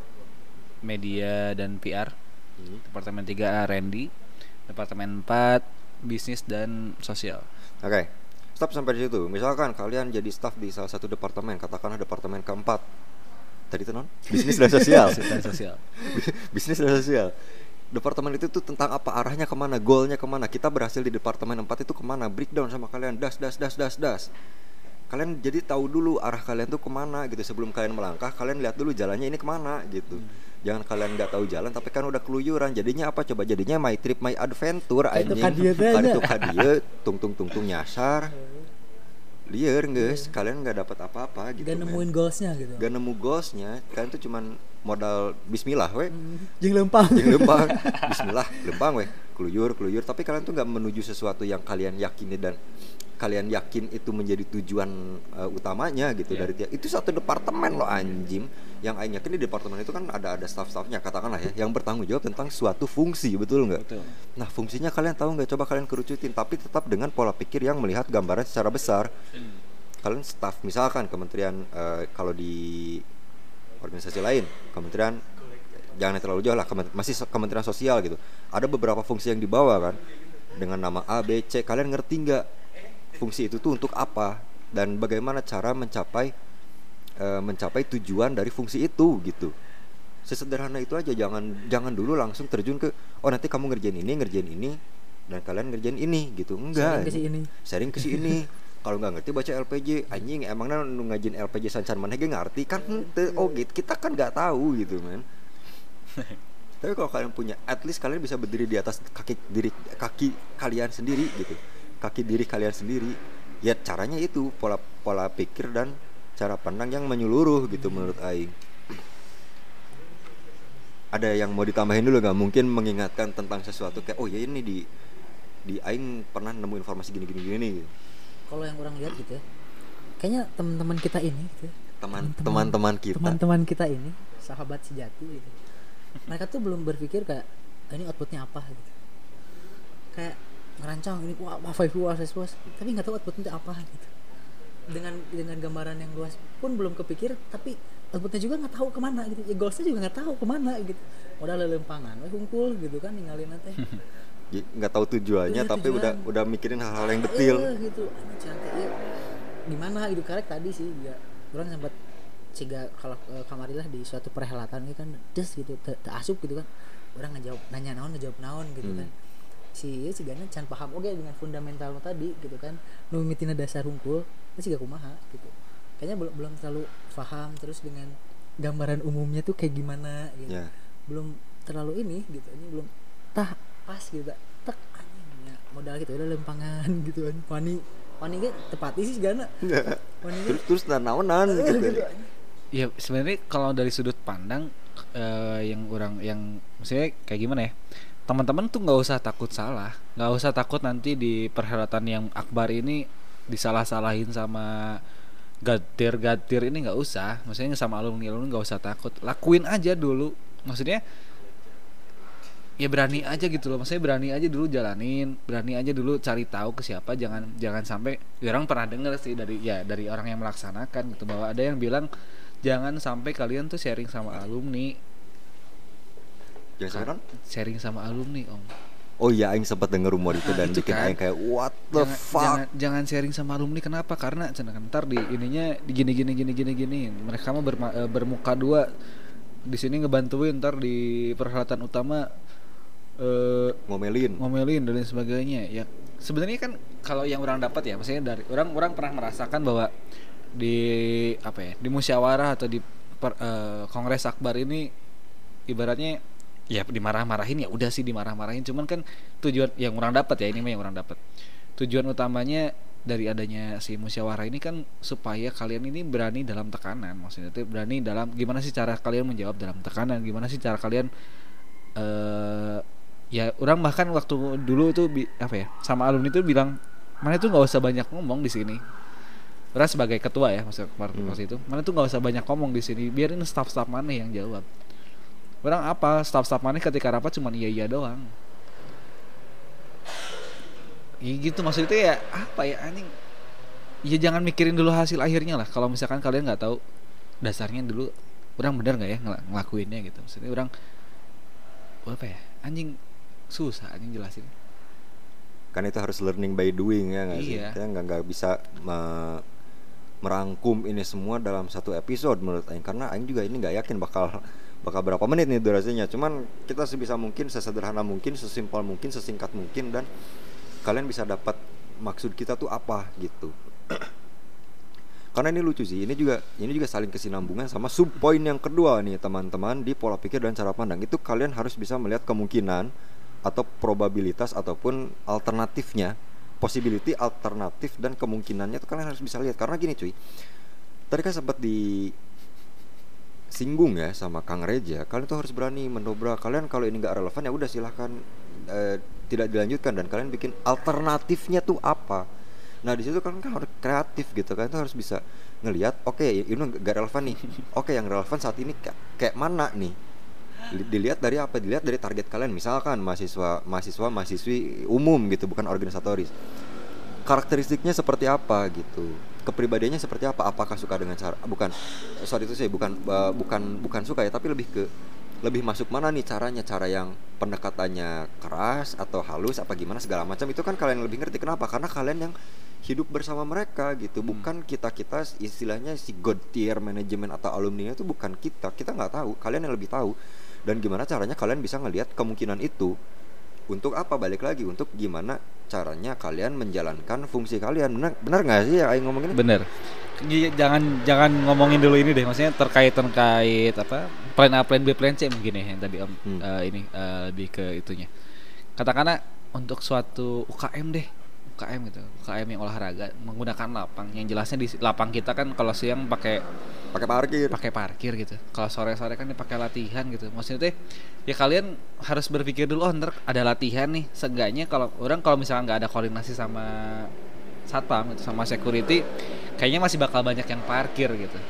media dan P R, hmm. departemen tiga R and D, departemen empat bisnis dan sosial. Oke. Okay. Stop sampai di situ. Misalkan kalian jadi staff di salah satu departemen, katakanlah departemen keempat. Tadi itu non? Bisnis dan sosial. Bisnis dan sosial. Bisnis dan sosial. Departemen itu tuh tentang apa, arahnya kemana, goalnya kemana. Kita berhasil di departemen empat itu kemana, breakdown sama kalian, das das das das das. Kalian jadi tahu dulu arah kalian tuh kemana gitu. Sebelum kalian melangkah, kalian lihat dulu jalannya ini kemana gitu. hmm. Jangan kalian nggak tahu jalan tapi kan udah keluyuran. Jadinya apa coba, jadinya my trip my adventure anjing. Kadieu kadieu tung tung tung tung nyasar. Liar guys, kalian nggak dapat apa-apa gitu. Gak nemuin goalsnya gitu. Gak nemu goalsnya, kalian tuh cuman modal Bismillah we. Jeng lempang. Jeng lempang. Bismillah, lempang we. Keluyur, keluyur. Tapi kalian tuh nggak menuju sesuatu yang kalian yakini dan kalian yakin itu menjadi tujuan uh, utamanya gitu. Yeah. Dari tiap itu satu departemen loh anjing. Yang aing yakin di departemen itu kan ada ada staff-staffnya katakanlah ya, yang bertanggung jawab tentang suatu fungsi, betul nggak? Betul. Nah fungsinya kalian tahu nggak? Coba kalian kerucutin, tapi tetap dengan pola pikir yang melihat gambaran secara besar. Hmm. Kalian staff misalkan kementerian, uh, kalau di organisasi lain kementerian, jangan terlalu jauh lah, kementerian, masih kementerian sosial gitu. Ada beberapa fungsi yang dibawa kan dengan nama A, B, C. Kalian ngerti nggak fungsi itu tuh untuk apa dan bagaimana cara mencapai uh, mencapai tujuan dari fungsi itu gitu. Sesederhana itu aja. Jangan jangan dulu langsung terjun ke oh nanti kamu ngerjain ini ngerjain ini dan kalian ngerjain ini gitu. Enggak. Sharing ke sini. Sharing ke sini. Kalau nggak ngerti baca L P J anjing, emangnya nu ngajin L P J sancan maneh ge ngerti kan henteu oh gitu. Kita kan nggak tahu gitu men. Tapi kalau kalian punya, at least kalian bisa berdiri di atas kaki diri kaki kalian sendiri gitu. Kaki diri kalian sendiri. Ya caranya itu pola pola pikir dan cara pandang yang menyeluruh gitu menurut aing. ada yang mau ditambahin dulu nggak? Mungkin mengingatkan tentang sesuatu kayak oh ya ini di di aing pernah nemu informasi gini gini gini nih gitu. Kalau yang orang lihat gitu ya, kayaknya teman-teman kita ini gitu ya, Teman teman-teman kita. teman-teman kita ini sahabat sejati gitu, mereka tuh belum berpikir kayak "Ah, ini outputnya apa gitu, kayak ngerancang ini wah wah five wah five wah tapi nggak tahu outputnya apa gitu, dengan dengan gambaran yang luas pun belum kepikir, tapi outputnya juga nggak tahu kemana gitu, ya goalsnya juga nggak tahu kemana gitu, modal lelempangan, wah kumpul gitu kan ninggalin nanti Ya, nggak tahu tujuannya Iya, tapi tujuan. udah udah mikirin hal-hal yang detail. Eh, gitu ini cantik ya gimana gitu karek tadi sih ya orang sempat ciga kalau eh, kamarilah di suatu perhelatan gitu kan des gitu te- te asup gitu kan orang ngejawab nanya naon ngejawab naon gitu Hmm. kan si si gana can paham oke dengan fundamental tadi gitu kan nu mimitina dasar hungkul itu juga kumaha gitu kayaknya belum belum terlalu paham terus dengan gambaran umumnya tuh kayak gimana gitu Ya. belum terlalu ini gitu ini belum tah pas gitu tak tek anjing ya, modal gitu udah lempangan gitu kan wani wani ge tepati sih segala wani ge Terus terus naonan eh, gitu. gitu anjing. Ya sebenarnya kalau dari sudut pandang eh, yang orang yang maksudnya kayak gimana ya, teman-teman tuh nggak usah takut salah, nggak usah takut nanti di perhelatan yang akbar ini disalah-salahin sama gatir-gatir ini, nggak usah. Maksudnya sama alumni-alumni nggak usah takut, lakuin aja dulu. Maksudnya ya berani aja gitu loh, maksudnya berani aja dulu jalanin, berani aja dulu cari tahu ke siapa, jangan jangan sampai ya orang pernah dengar sih dari ya dari orang yang melaksanakan gitu bahwa ada yang bilang jangan sampai kalian tuh sharing sama alumni, Jangan sampai non? sharing sama alumni om. Oh iya aing sempat denger rumor itu Nah, dan itu bikin kan. aing kayak what the Jangan, fuck. jangan jangan sharing sama alumni, kenapa? Karena cenah kan ntar di ininya di gini gini gini gini gini mereka mah berma- eh, bermuka dua di sini ngebantuin, ntar di perhelatan utama eh, Ngomelin. ngomelin dan lain sebagainya. Ya sebenarnya kan kalau yang orang dapat ya, maksudnya dari orang orang pernah merasakan bahwa di apa ya, di musyawarah atau di per- eh, kongres akbar ini ibaratnya ya dimarah-marahin, ya udah sih dimarah-marahin, cuman kan tujuan yang orang dapat ya, ini mah yang orang dapat tujuan utamanya dari adanya si musyawarah ini kan supaya kalian ini berani dalam tekanan, maksudnya itu berani dalam gimana sih cara kalian menjawab dalam tekanan, gimana sih cara kalian eh ya orang bahkan waktu dulu tuh bi- apa ya sama alumni tuh bilang mana tuh nggak usah banyak ngomong di sini. Orang sebagai ketua ya maksud kemarin Hmm. waktu itu, mana tuh nggak usah banyak ngomong di sini, biarin staff-staff mana yang jawab. Orang apa staff-staff mana ketika rapat cuman iya iya doang. Ya gitu maksudnya ya apa ya anjing. Ya jangan mikirin dulu hasil akhirnya lah. Kalau misalkan kalian nggak tahu dasarnya dulu, orang bener nggak ya ngel- ngelakuinnya gitu. Maksudnya orang apa ya anjing susah anjing jelasin. Kan itu harus learning by doing ya nggak sih? Iya. Kita nggak nggak bisa me- merangkum ini semua dalam satu episode menurut Aing, karena Aing juga ini nggak yakin bakal bakal berapa menit nih durasinya. Cuman kita sebisa mungkin, sesederhana mungkin, sesimpel mungkin, sesingkat mungkin, dan kalian bisa dapat maksud kita tuh apa gitu. Karena ini lucu sih, ini juga ini juga saling kesinambungan sama subpoin yang kedua nih teman-teman di pola pikir dan cara pandang. Itu kalian harus bisa melihat kemungkinan atau probabilitas ataupun alternatifnya, possibility, alternatif dan kemungkinannya itu kalian harus bisa lihat. Karena gini cuy, tadi kan sempat di singgung ya sama Kang Reja, kalian tuh harus berani mendobrak. Kalian kalau ini nggak relevan ya udah silahkan eh, tidak dilanjutkan, dan kalian bikin alternatifnya tuh apa. Nah di situ kalian kan harus kreatif gitu, kalian tuh harus bisa ngelihat oke okay, ini nggak relevan nih, oke okay, yang relevan saat ini kayak, kayak mana nih. Dilihat dari apa? Dilihat dari target kalian, misalkan mahasiswa mahasiswa mahasiswi umum gitu, bukan organisatoris. Karakteristiknya seperti apa gitu, kepribadiannya seperti apa, apakah suka dengan cara bukan sorry itu sih bukan uh, bukan bukan suka ya, tapi lebih ke lebih masuk mana nih caranya, cara yang pendekatannya keras atau halus apa gimana segala macam, itu kan kalian lebih ngerti. Kenapa? Karena kalian yang hidup bersama mereka gitu, bukan kita kita istilahnya si god tier manajemen atau alumni itu bukan kita, kita nggak tahu, kalian yang lebih tahu. Dan gimana caranya kalian bisa ngelihat kemungkinan itu untuk apa, balik lagi untuk gimana caranya kalian menjalankan fungsi kalian. Benar benar nggak sih ya Aing ngomong ini? Bener. J- jangan jangan ngomongin dulu ini deh, maksudnya terkait terkait apa plan A, plan B, plan C mungkin ya yang tadi om Hmm. eh, ini eh, lebih ke itunya. Katakanlah untuk suatu U K M deh, K M gitu, K M yang olahraga menggunakan lapang, yang jelasnya di lapang kita kan kalau siang pakai pakai parkir pakai parkir gitu, kalau sore-sore kan dipakai latihan gitu. Maksudnya teh ya kalian harus berpikir dulu, oh ntar ada latihan nih, seenggaknya kalau orang kalau misalkan nggak ada koordinasi sama satpam gitu, sama security, kayaknya masih bakal banyak yang parkir gitu.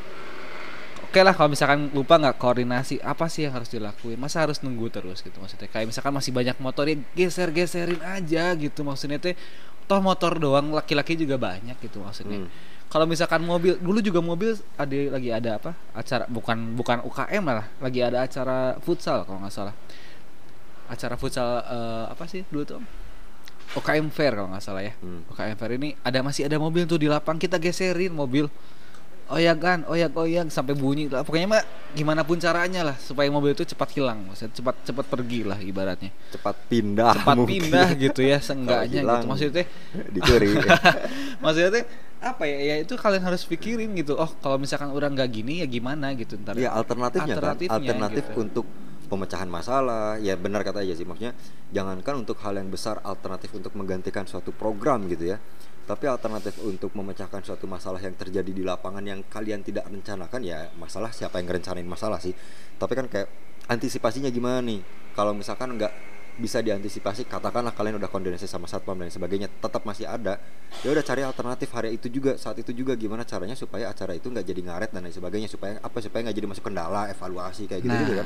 Oke lah kalau misalkan lupa nggak koordinasi, apa sih yang harus dilakuin, masa harus nunggu terus gitu. Maksudnya kayak misalkan masih banyak motor ya geser-geserin aja gitu. Maksudnya teh toh motor doang, laki-laki juga banyak gitu maksudnya. hmm. Kalau misalkan mobil, dulu juga mobil ada lagi ada apa acara, bukan bukan U K M lah, lagi ada acara futsal kalau nggak salah, acara futsal uh, apa sih dulu tuh U K M Fair kalau nggak salah ya. hmm. U K M Fair ini ada masih ada mobil tuh di lapang, kita geserin mobil, oyakan, oyak oyak sampai bunyi lah. Pokoknya mah gimana pun caranya lah supaya mobil itu cepat hilang, maksudnya cepat cepat pergi lah ibaratnya. Cepat pindah. Cepat mungkin. pindah gitu ya, seenggaknya gitu. Maksudnya dicuri. Maksudnya teh apa ya? Ya itu kalian harus pikirin gitu. Oh, kalau misalkan orang nggak gini ya gimana gitu ntar. Ya alternatifnya, alternatifnya kan, alternatif gitu. Untuk pemecahan masalah. Ya benar kata aja sih, maksudnya jangankan untuk hal yang besar, alternatif untuk menggantikan suatu program gitu ya. Tapi alternatif untuk memecahkan suatu masalah yang terjadi di lapangan yang kalian tidak rencanakan, ya masalah siapa yang ngerencanain masalah sih. Tapi kan kayak antisipasinya gimana nih? Kalau misalkan nggak bisa diantisipasi, katakanlah kalian udah koordinasi sama satpam dan sebagainya, tetap masih ada, ya udah cari alternatif hari itu juga, saat itu juga, gimana caranya supaya acara itu nggak jadi ngaret dan lain sebagainya, supaya apa supaya nggak jadi masuk kendala, evaluasi kayak gitu, nah. gitu kan.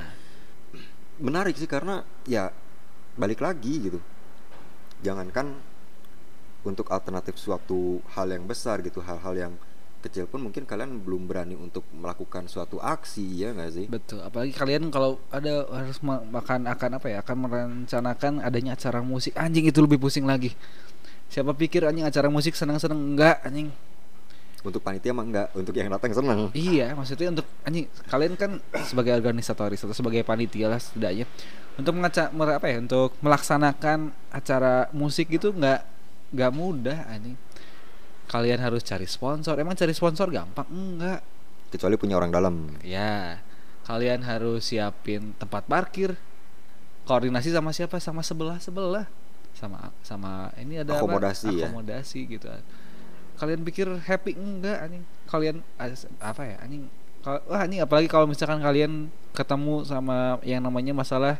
Menarik sih karena ya balik lagi gitu, jangankan untuk alternatif suatu hal yang besar gitu, hal-hal yang kecil pun mungkin kalian belum berani untuk melakukan suatu aksi, ya nggak sih? Betul, apalagi kalian kalau ada harus makan akan apa ya, akan merencanakan adanya acara musik, anjing itu lebih pusing lagi. Siapa pikir anjing acara musik senang-senang, enggak anjing. Untuk panitia mah enggak, untuk yang datang senang. Iya, maksudnya untuk anjing kalian kan sebagai organisatoris atau sebagai panitia lah setidaknya untuk mengaca, apa ya, untuk melaksanakan acara musik itu enggak Gak mudah anjing. Kalian harus cari sponsor. Emang cari sponsor gampang? Enggak. Kecuali punya orang dalam. Ya. Kalian harus siapin tempat parkir. Koordinasi sama siapa? Sama sebelah-sebelah. Sama sama ini ada akomodasi, apa? Akomodasi ya? Gitu. Kalian pikir happy? Enggak anjing. Kalian apa ya anjing? Wah anjing, apalagi kalau misalkan kalian ketemu sama yang namanya masalah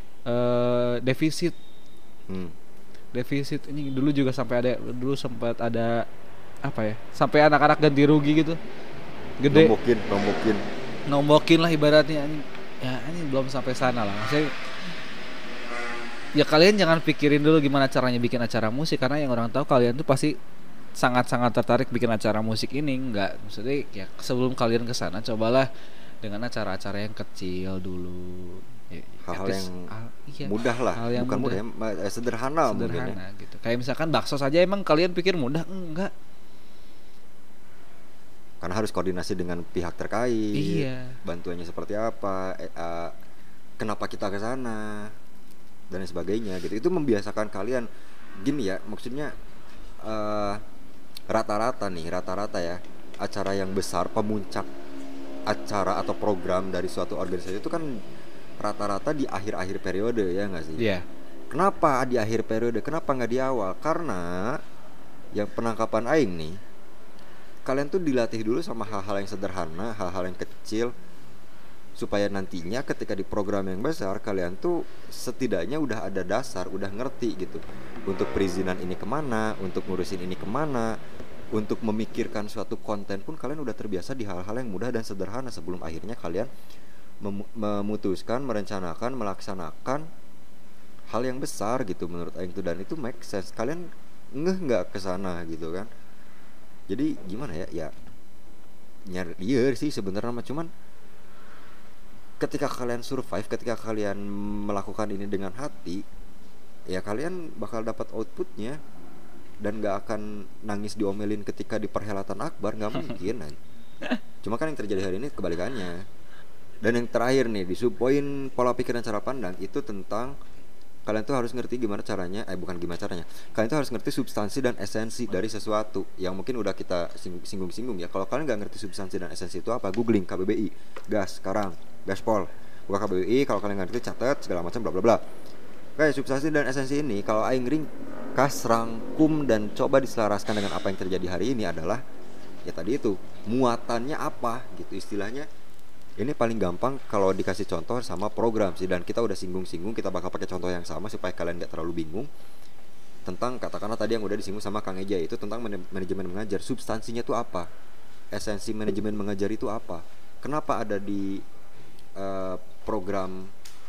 uh, defisit. Hmm. Defisit ini dulu juga sampai ada, dulu sempat ada apa ya, sampai anak-anak ganti rugi gitu gede, nombokin nombokin nombokin lah ibaratnya. Ini ya ini belum sampai sana lah maksudnya. Ya kalian jangan pikirin dulu gimana caranya bikin acara musik, karena yang orang tahu kalian tuh pasti sangat-sangat tertarik bikin acara musik ini. Enggak, maksudnya ya sebelum kalian kesana cobalah dengan acara-acara yang kecil dulu, hal-hal yang ah, iya, mudah lah, hal yang bukan mudah, mudah ya, sederhana, sederhana mungkin ya. Gitu. Kayak misalkan bakso saja emang kalian pikir mudah? Enggak. Karena harus koordinasi dengan pihak terkait. Iya. Bantuannya seperti apa? Eh, uh, kenapa kita ke sana dan sebagainya gitu. Itu membiasakan kalian gini ya, maksudnya uh, rata-rata nih, rata-rata ya, acara yang besar, pemuncak acara atau program dari suatu organisasi itu kan rata-rata di akhir-akhir periode, ya nggak sih? Iya. Yeah. Kenapa di akhir periode? Kenapa nggak di awal? Karena yang penangkapan aing nih, kalian tuh dilatih dulu sama hal-hal yang sederhana, hal-hal yang kecil, supaya nantinya ketika di program yang besar kalian tuh setidaknya udah ada dasar, udah ngerti gitu. Untuk perizinan ini kemana, untuk ngurusin ini kemana, untuk memikirkan suatu konten pun kalian udah terbiasa di hal-hal yang mudah dan sederhana sebelum akhirnya kalian mem- memutuskan, merencanakan, melaksanakan hal yang besar gitu menurut aing tuh, dan itu make sense. Kalian ngeh nggak kesana gitu kan? Jadi gimana ya? Ya nyari iya sih sebenarnya mah, cuman ketika kalian survive, ketika kalian melakukan ini dengan hati, ya kalian bakal dapat outputnya. Dan gak akan nangis diomelin ketika di perhelatan akbar, gak mungkin kan. Cuma kan yang terjadi hari ini kebalikannya. Dan yang terakhir nih, di subpoin pola pikir dan cara pandang, itu tentang kalian tuh harus ngerti gimana caranya, eh bukan gimana caranya, kalian tuh harus ngerti substansi dan esensi dari sesuatu. Yang mungkin udah kita singgung-singgung ya. Kalau kalian gak ngerti substansi dan esensi itu apa, googling K B B I, gas sekarang, gaspol, buka K B B I. Kalau kalian gak ngerti, catat segala macam bla bla bla. Kayak substansi dan esensi ini kalau aing ringkas, rangkum dan coba diselaraskan dengan apa yang terjadi hari ini adalah ya tadi itu, muatannya apa gitu istilahnya. Ini paling gampang kalau dikasih contoh sama program sih, dan kita udah singgung-singgung, kita bakal pakai contoh yang sama supaya kalian gak terlalu bingung. Tentang katakanlah tadi yang udah disinggung sama Kang Eja, itu tentang man- manajemen mengajar. Substansinya itu apa? Esensi manajemen mengajar itu apa? Kenapa ada di uh, program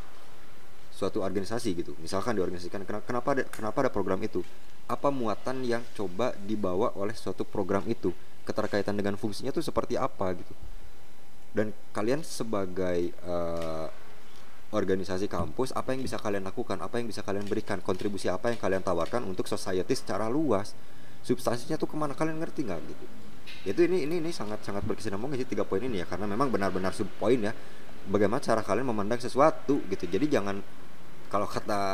suatu organisasi gitu? Misalkan diorganisasikan, kenapa ada, kenapa ada program itu? Apa muatan yang coba dibawa oleh suatu program itu? Keterkaitan dengan fungsinya itu seperti apa gitu? Dan kalian sebagai uh, organisasi kampus, apa yang bisa kalian lakukan, apa yang bisa kalian berikan, kontribusi apa yang kalian tawarkan untuk society secara luas. Substansinya tuh kemana, kalian ngerti nggak gitu? Itu ini ini ini sangat sangat berkesinambungan sih tiga poin ini ya, karena memang benar-benar sub poin ya. Bagaimana cara kalian memandang sesuatu gitu. Jadi jangan, kalau kata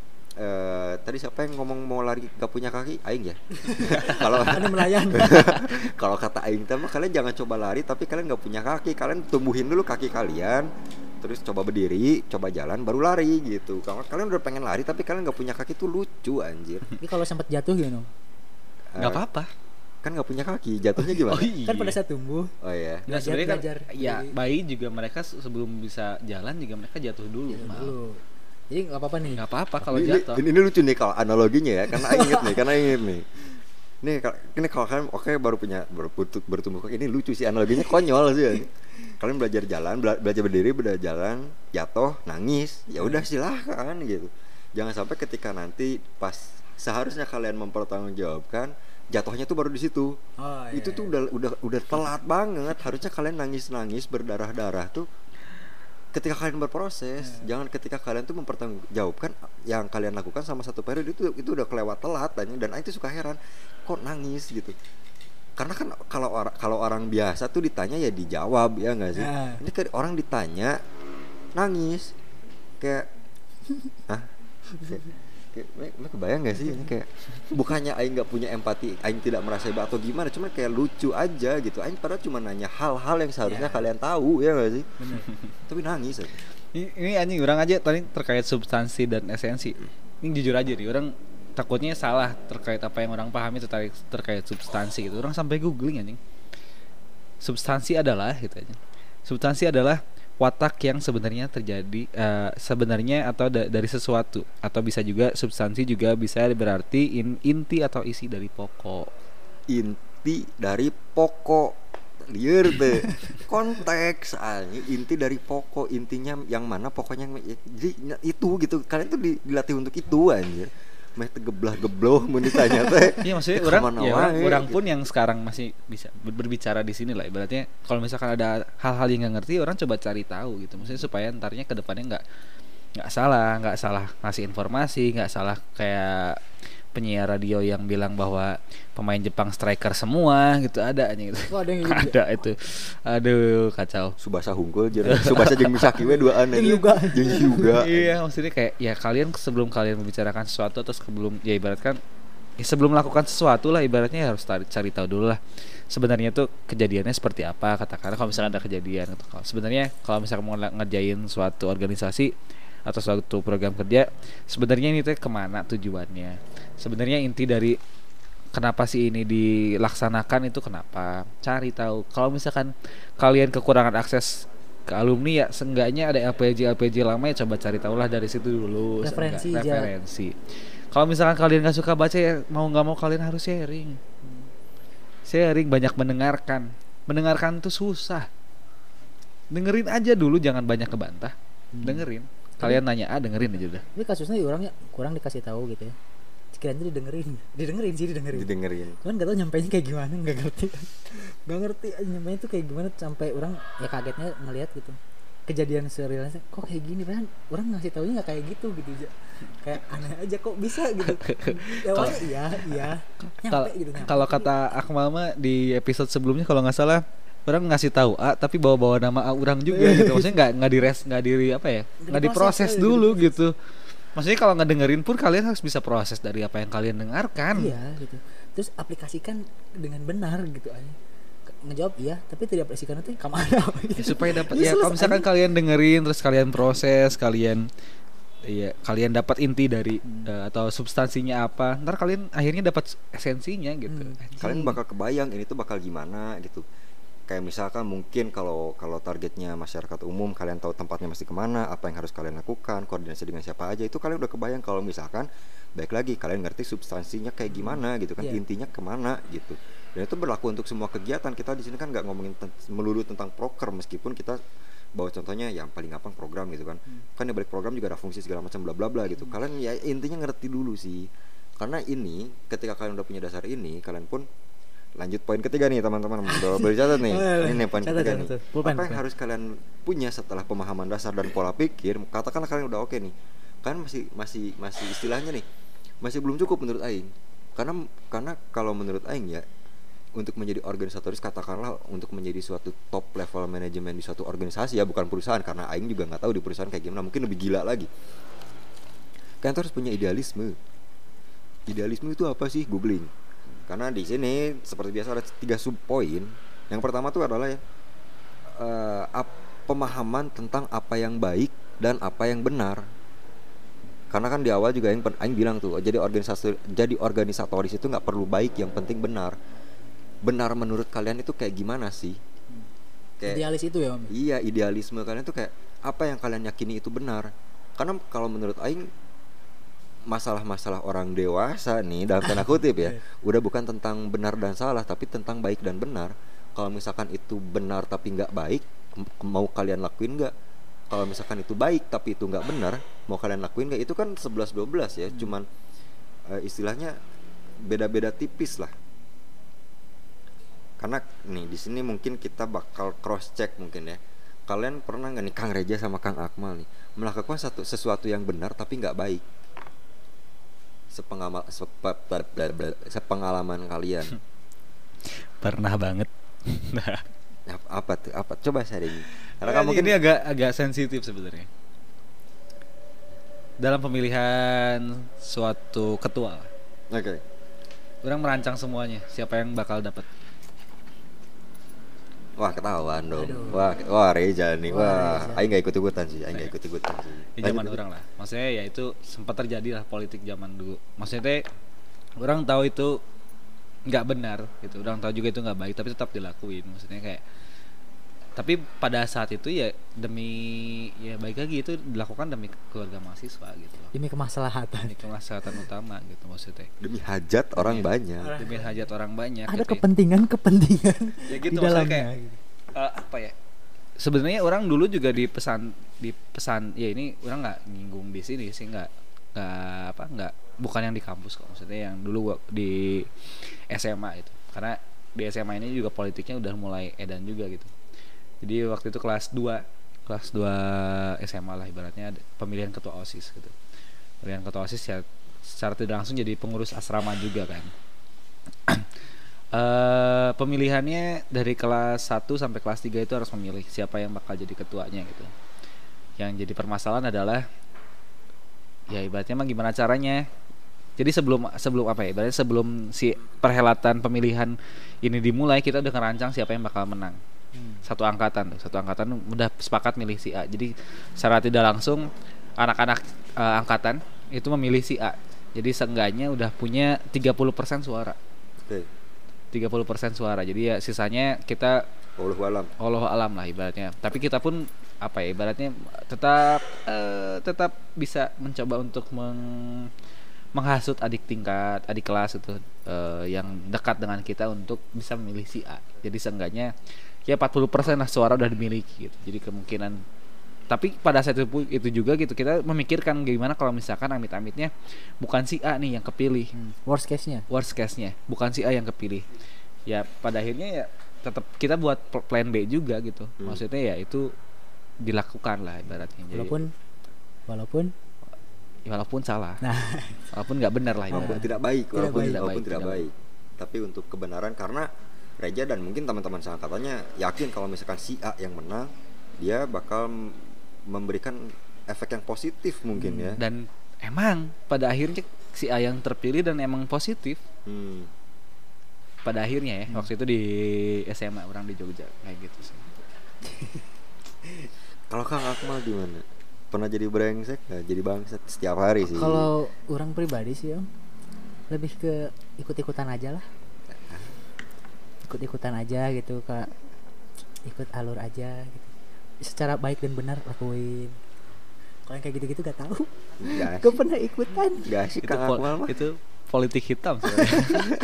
Uh, tadi siapa yang ngomong mau lari gak punya kaki? Aing ya. Kalau Anda melayang. kalau kata Aing mah kalian jangan coba lari tapi kalian gak punya kaki. Kalian tumbuhin dulu kaki kalian, terus coba berdiri, coba jalan, baru lari gitu. Kalau kalian udah pengen lari tapi kalian gak punya kaki tuh lucu anjir. Tapi kalau sempat jatuh gitu, Nggak apa-apa. Kan gak punya kaki, jatuhnya gimana? Oh, iya. kan pada saat tumbuh Oh iya. Nah, belajar sebenarnya kan, belajar ya Jadi- bayi juga mereka se- sebelum bisa jalan juga mereka jatuh dulu. jatuh Maaf. dulu. Jadi nggak apa-apa nih. Nggak apa-apa kalau ini, jatuh. ini, ini lucu nih kalau analoginya ya, karena Aing inget nih, karena Aing inget nih. Nih kalau ini kalau kalian oke baru punya baru bertu- bertumbuh kaki, ini lucu sih analoginya, konyol sih ya. Kalian belajar jalan, bela- belajar berdiri, belajar jalan, jatuh, nangis, ya udah silahkan gitu. Jangan sampai ketika nanti pas seharusnya kalian mempertanggungjawabkan, jatuhnya tuh baru di situ. Oh, iya, Itu tuh iya. udah udah udah telat banget. Harusnya kalian nangis-nangis berdarah-darah tuh ketika kalian berproses, yeah. Jangan ketika kalian tuh mempertanggungjawabkan yang kalian lakukan sama satu periode itu itu udah kelewat telat dan dan itu suka heran kok nangis gitu. Karena kan kalau orang kalau orang biasa tuh ditanya ya dijawab ya nggak sih. Yeah. Ini kan orang ditanya nangis kayak, hah? Kayak, kayak, kayak kebayang gak sih ini kayak bukannya Aing nggak punya empati, Aing tidak merasa hebat atau gimana, cuma kayak lucu aja gitu. Aing padahal cuma nanya hal-hal yang seharusnya yeah. kalian tahu ya nggak sih. Bener. Tapi nangis aja. Ini, ini anjing orang aja tadi terkait substansi dan esensi. Ini jujur aja nih, orang takutnya salah terkait apa yang orang pahami terkait terkait substansi gitu. Orang sampai googling anjing. Substansi adalah gitu aja. Substansi adalah watak yang sebenarnya terjadi uh, sebenarnya atau da- dari sesuatu, atau bisa juga substansi juga bisa berarti in, inti atau isi dari pokok. Inti dari pokok liar deh konteks aja, inti dari pokok, intinya yang mana pokoknya yang, jadi itu gitu. Kalian tuh dilatih untuk itu anjir. Meh tegeblah gebloh mun ditanya teh. Iya maksudnya orang ya orang, orang pun yang sekarang masih bisa berbicara di sini lah ibaratnya, kalau misalkan ada hal-hal yang nggak ngerti orang coba cari tahu gitu, maksudnya supaya entarnya ke depannya nggak nggak salah nggak salah ngasih informasi, nggak salah kayak penyiar radio yang bilang bahwa pemain Jepang striker semua gitu, ada aja gitu. Oh, ada yang ada itu. Aduh kacau. Subasa hungkul jeung Subasa jeung Misaki we duaan jeung juga. Jeung juga. Iya, maksudnya kayak ya kalian sebelum kalian membicarakan sesuatu atau sebelum ya ibaratkan ya sebelum melakukan sesuatu lah ibaratnya ya harus cari, cari tahu dulu lah. Sebenarnya tuh kejadiannya seperti apa, katakanlah kalau misalnya ada kejadian gitu. Sebenarnya kalau misalnya mau ngerjain suatu organisasi atau suatu program kerja, sebenarnya ini tuh kemana tujuannya, sebenarnya inti dari kenapa sih ini dilaksanakan itu kenapa, cari tahu. Kalau misalkan kalian kekurangan akses ke alumni ya seenggaknya ada L P J L P J lama ya coba cari tahulah dari situ dulu, referensi referensi. Kalau misalkan kalian nggak suka baca ya mau nggak mau kalian harus sharing sharing banyak mendengarkan. Mendengarkan tuh susah, dengerin aja dulu, jangan banyak kebantah, dengerin. Kalian nanya A, dengerin aja udah. Tapi kasusnya orangnya kurang dikasih tahu gitu ya. Sekiranya didengerin, didengerin sih didengerin. Didengerin. Cuman nggak tahu nyampainya kayak gimana, nggak ngerti, nggak ngerti nyampainya tuh kayak gimana sampai orang ya kagetnya ngelihat gitu. Kejadian serialnya kok kayak gini kan, orang ngasih taunya nggak kayak gitu gitu aja. Kayak aneh aja kok bisa gitu. Ya awalnya iya iya. Nyampe gitu. Kalau kata Akmal mah di episode sebelumnya kalau nggak salah orang ngasih tahu A tapi bawa-bawa nama A orang juga gitu. Maksudnya nggak nggak di res nggak di apa ya nggak diproses dulu gitu. Maksudnya kalau nggak dengerin pun kalian harus bisa proses dari apa yang kalian dengarkan. Iya gitu. Terus aplikasikan dengan benar gitu aja. Ngejawab iya tapi tidak aplikasikan itu kemana gitu. Ya, supaya dapat ya kalau misalkan kalian dengerin terus kalian proses, kalian iya kalian dapat inti dari uh, atau substansinya apa, ntar kalian akhirnya dapat esensinya gitu. Hmm. Kalian bakal kebayang ini tuh bakal gimana gitu. Kayak misalkan mungkin kalau kalau targetnya masyarakat umum, kalian tahu tempatnya mesti kemana, apa yang harus kalian lakukan, koordinasi dengan siapa aja, itu kalian udah kebayang. Kalau misalkan baik lagi kalian ngerti substansinya kayak gimana gitu kan, Yeah. intinya kemana gitu. Dan itu berlaku untuk semua kegiatan. Kita di sini kan nggak ngomongin ten- melulu tentang proker, meskipun kita bawa contohnya yang paling gampang program gitu kan. Hmm. Kan di balik program juga ada fungsi segala macam bla bla bla gitu. Kalian ya intinya ngerti dulu sih. Karena ini ketika kalian udah punya dasar ini, kalian pun lanjut poin ketiga nih teman-teman. Udah boleh catat nih. Ini nih poin Catat, ketiga catat, nih. catat. Pulpen, Apa yang pulpen. harus kalian punya setelah pemahaman dasar dan pola pikir? Katakanlah kalian udah oke nih. Kan masih masih masih istilahnya nih, masih belum cukup menurut aing. Karena karena kalau menurut aing ya, untuk menjadi organisatoris, katakanlah untuk menjadi suatu top level manajemen di suatu organisasi ya, bukan perusahaan, karena aing juga nggak tahu di perusahaan kayak gimana, mungkin lebih gila lagi. Kalian tuh harus punya idealisme. Idealisme itu apa sih? Googling. Karena di sini seperti biasa ada tiga sub poin. Yang pertama tuh adalah ya, eh, ap- pemahaman tentang apa yang baik dan apa yang benar. Karena kan di awal juga yang aing bilang tuh, jadi organisasi jadi organisatoris itu nggak perlu baik, yang penting benar. Benar menurut kalian itu kayak gimana sih? Kayak, Idealis itu ya, Om. iya, idealisme kalian tuh kayak apa yang kalian yakini itu benar. Karena kalau menurut aing, masalah-masalah orang dewasa nih dalam tanda kutip ya, udah bukan tentang benar dan salah, tapi tentang baik dan benar. Kalau misalkan itu benar tapi nggak baik, m- mau kalian lakuin nggak? Kalau misalkan itu baik tapi itu nggak benar, mau kalian lakuin nggak? Itu kan sebelas dua belas ya, cuman eh, istilahnya beda-beda tipis lah. Karena nih di sini mungkin kita bakal cross check mungkin ya. Kalian pernah nggak nih Kang Reja sama Kang Akmal nih melakukan satu sesuatu yang benar tapi nggak baik? Sepengamal, sepa- bla- bla- bla- sepengalaman kalian. Pernah banget. Apa, apa tuh? Apa? Coba sharing. Karena Karena kan mungkin ini agak agak sensitif sebenarnya. Dalam pemilihan suatu ketua, oke. orang merancang semuanya, siapa yang bakal dapat. Wah, ketahuan dong. Aduh. Wah, wah Reja nih. Wah, Wah, Reja. aing enggak ikut-ikutan sih. Aing enggak ikut-ikutan sih. Di Lanjut, zaman lanjut. orang lah. Maksudnya ya itu sempat terjadi lah politik zaman dulu. Maksudnya teh orang tahu itu nggak benar gitu. Orang tahu juga itu nggak baik, tapi tetap dilakuin. Maksudnya kayak tapi pada saat itu ya demi ya baik lagi itu dilakukan demi keluarga mahasiswa gitu loh. Demi kemaslahatan. Demi kemaslahatan utama gitu maksudnya. Demi hajat orang Demi- banyak. Demi hajat orang banyak. Ada gitu ya. kepentingan-kepentingan Ya gitu, di maksudnya dalamnya. kayak, gitu. Eh, apa ya? Sebenarnya orang dulu juga dipesan dipesan ya ini orang nggak nyinggung di sini sih, nggak nggak apa nggak bukan yang di kampus kok, maksudnya yang dulu gua- di S M A itu, karena di S M A ini juga politiknya udah mulai edan juga gitu. Jadi waktu itu kelas dua kelas dua S M A lah ibaratnya, ada pemilihan ketua OSIS gitu. Pemilihan ketua OSIS ya secara tidak langsung jadi pengurus asrama juga kan. Eh, pemilihannya dari kelas satu sampai kelas tiga itu harus memilih siapa yang bakal jadi ketuanya gitu. Yang jadi permasalahan adalah ya ibaratnya mah gimana caranya. Jadi sebelum sebelum apa ya? Ibaratnya sebelum si perhelatan pemilihan ini dimulai, kita udah ngerancang siapa yang bakal menang. Hmm. Satu angkatan tuh, satu angkatan udah sepakat milih si A. Jadi secara tidak langsung anak-anak eh, angkatan itu memilih si A. Jadi seenggaknya udah punya tiga puluh persen suara. Oke. tiga puluh persen suara. Jadi ya sisanya kita Wallahu alam. Allah alam lah ibaratnya. Tapi kita pun apa ya ibaratnya tetap eh, tetap bisa mencoba untuk meng, menghasut adik tingkat, adik kelas itu eh, yang dekat dengan kita untuk bisa memilih si A. Jadi seenggaknya ya empat puluh persen lah suara udah dimiliki gitu. Jadi kemungkinan, tapi pada saat itu, pu- itu juga gitu kita memikirkan gimana kalau misalkan amit-amitnya bukan si A nih yang kepilih. Hmm. Worst case-nya. Worst case-nya bukan si A yang kepilih, ya pada akhirnya ya tetap kita buat pl- plan B juga gitu. Hmm. Maksudnya ya itu dilakukan lah ibaratnya. Jadi, Walaupun walaupun ya walaupun salah, nah walaupun nggak benar lah Walaupun ibaratnya. tidak baik, Tidak walaupun baik. tidak, walaupun Tidak tidak baik, baik. Tapi untuk kebenaran, karena Reja dan mungkin teman-teman seangkatannya yakin kalau misalkan si A yang menang, dia bakal m- memberikan efek yang positif mungkin ya. Dan emang pada akhirnya si A yang terpilih dan emang positif Hmm. pada akhirnya ya. Hmm. Waktu itu di S M A orang di Jogja kayak gitu sih. Kalau Kang Akmal gimana? pernah jadi brengsek, nah, jadi bangsat setiap hari sih. Kalau orang pribadi sih om, lebih ke ikut-ikutan aja lah, ikut-ikutan aja gitu kak, ikut alur aja gitu, secara baik dan benar lakuin. Kalau yang kayak gitu-gitu gak tahu, Gas. gak pernah ikutan. Gak sih Itu, Kang pol- Akmal mah. itu politik hitam sebenarnya.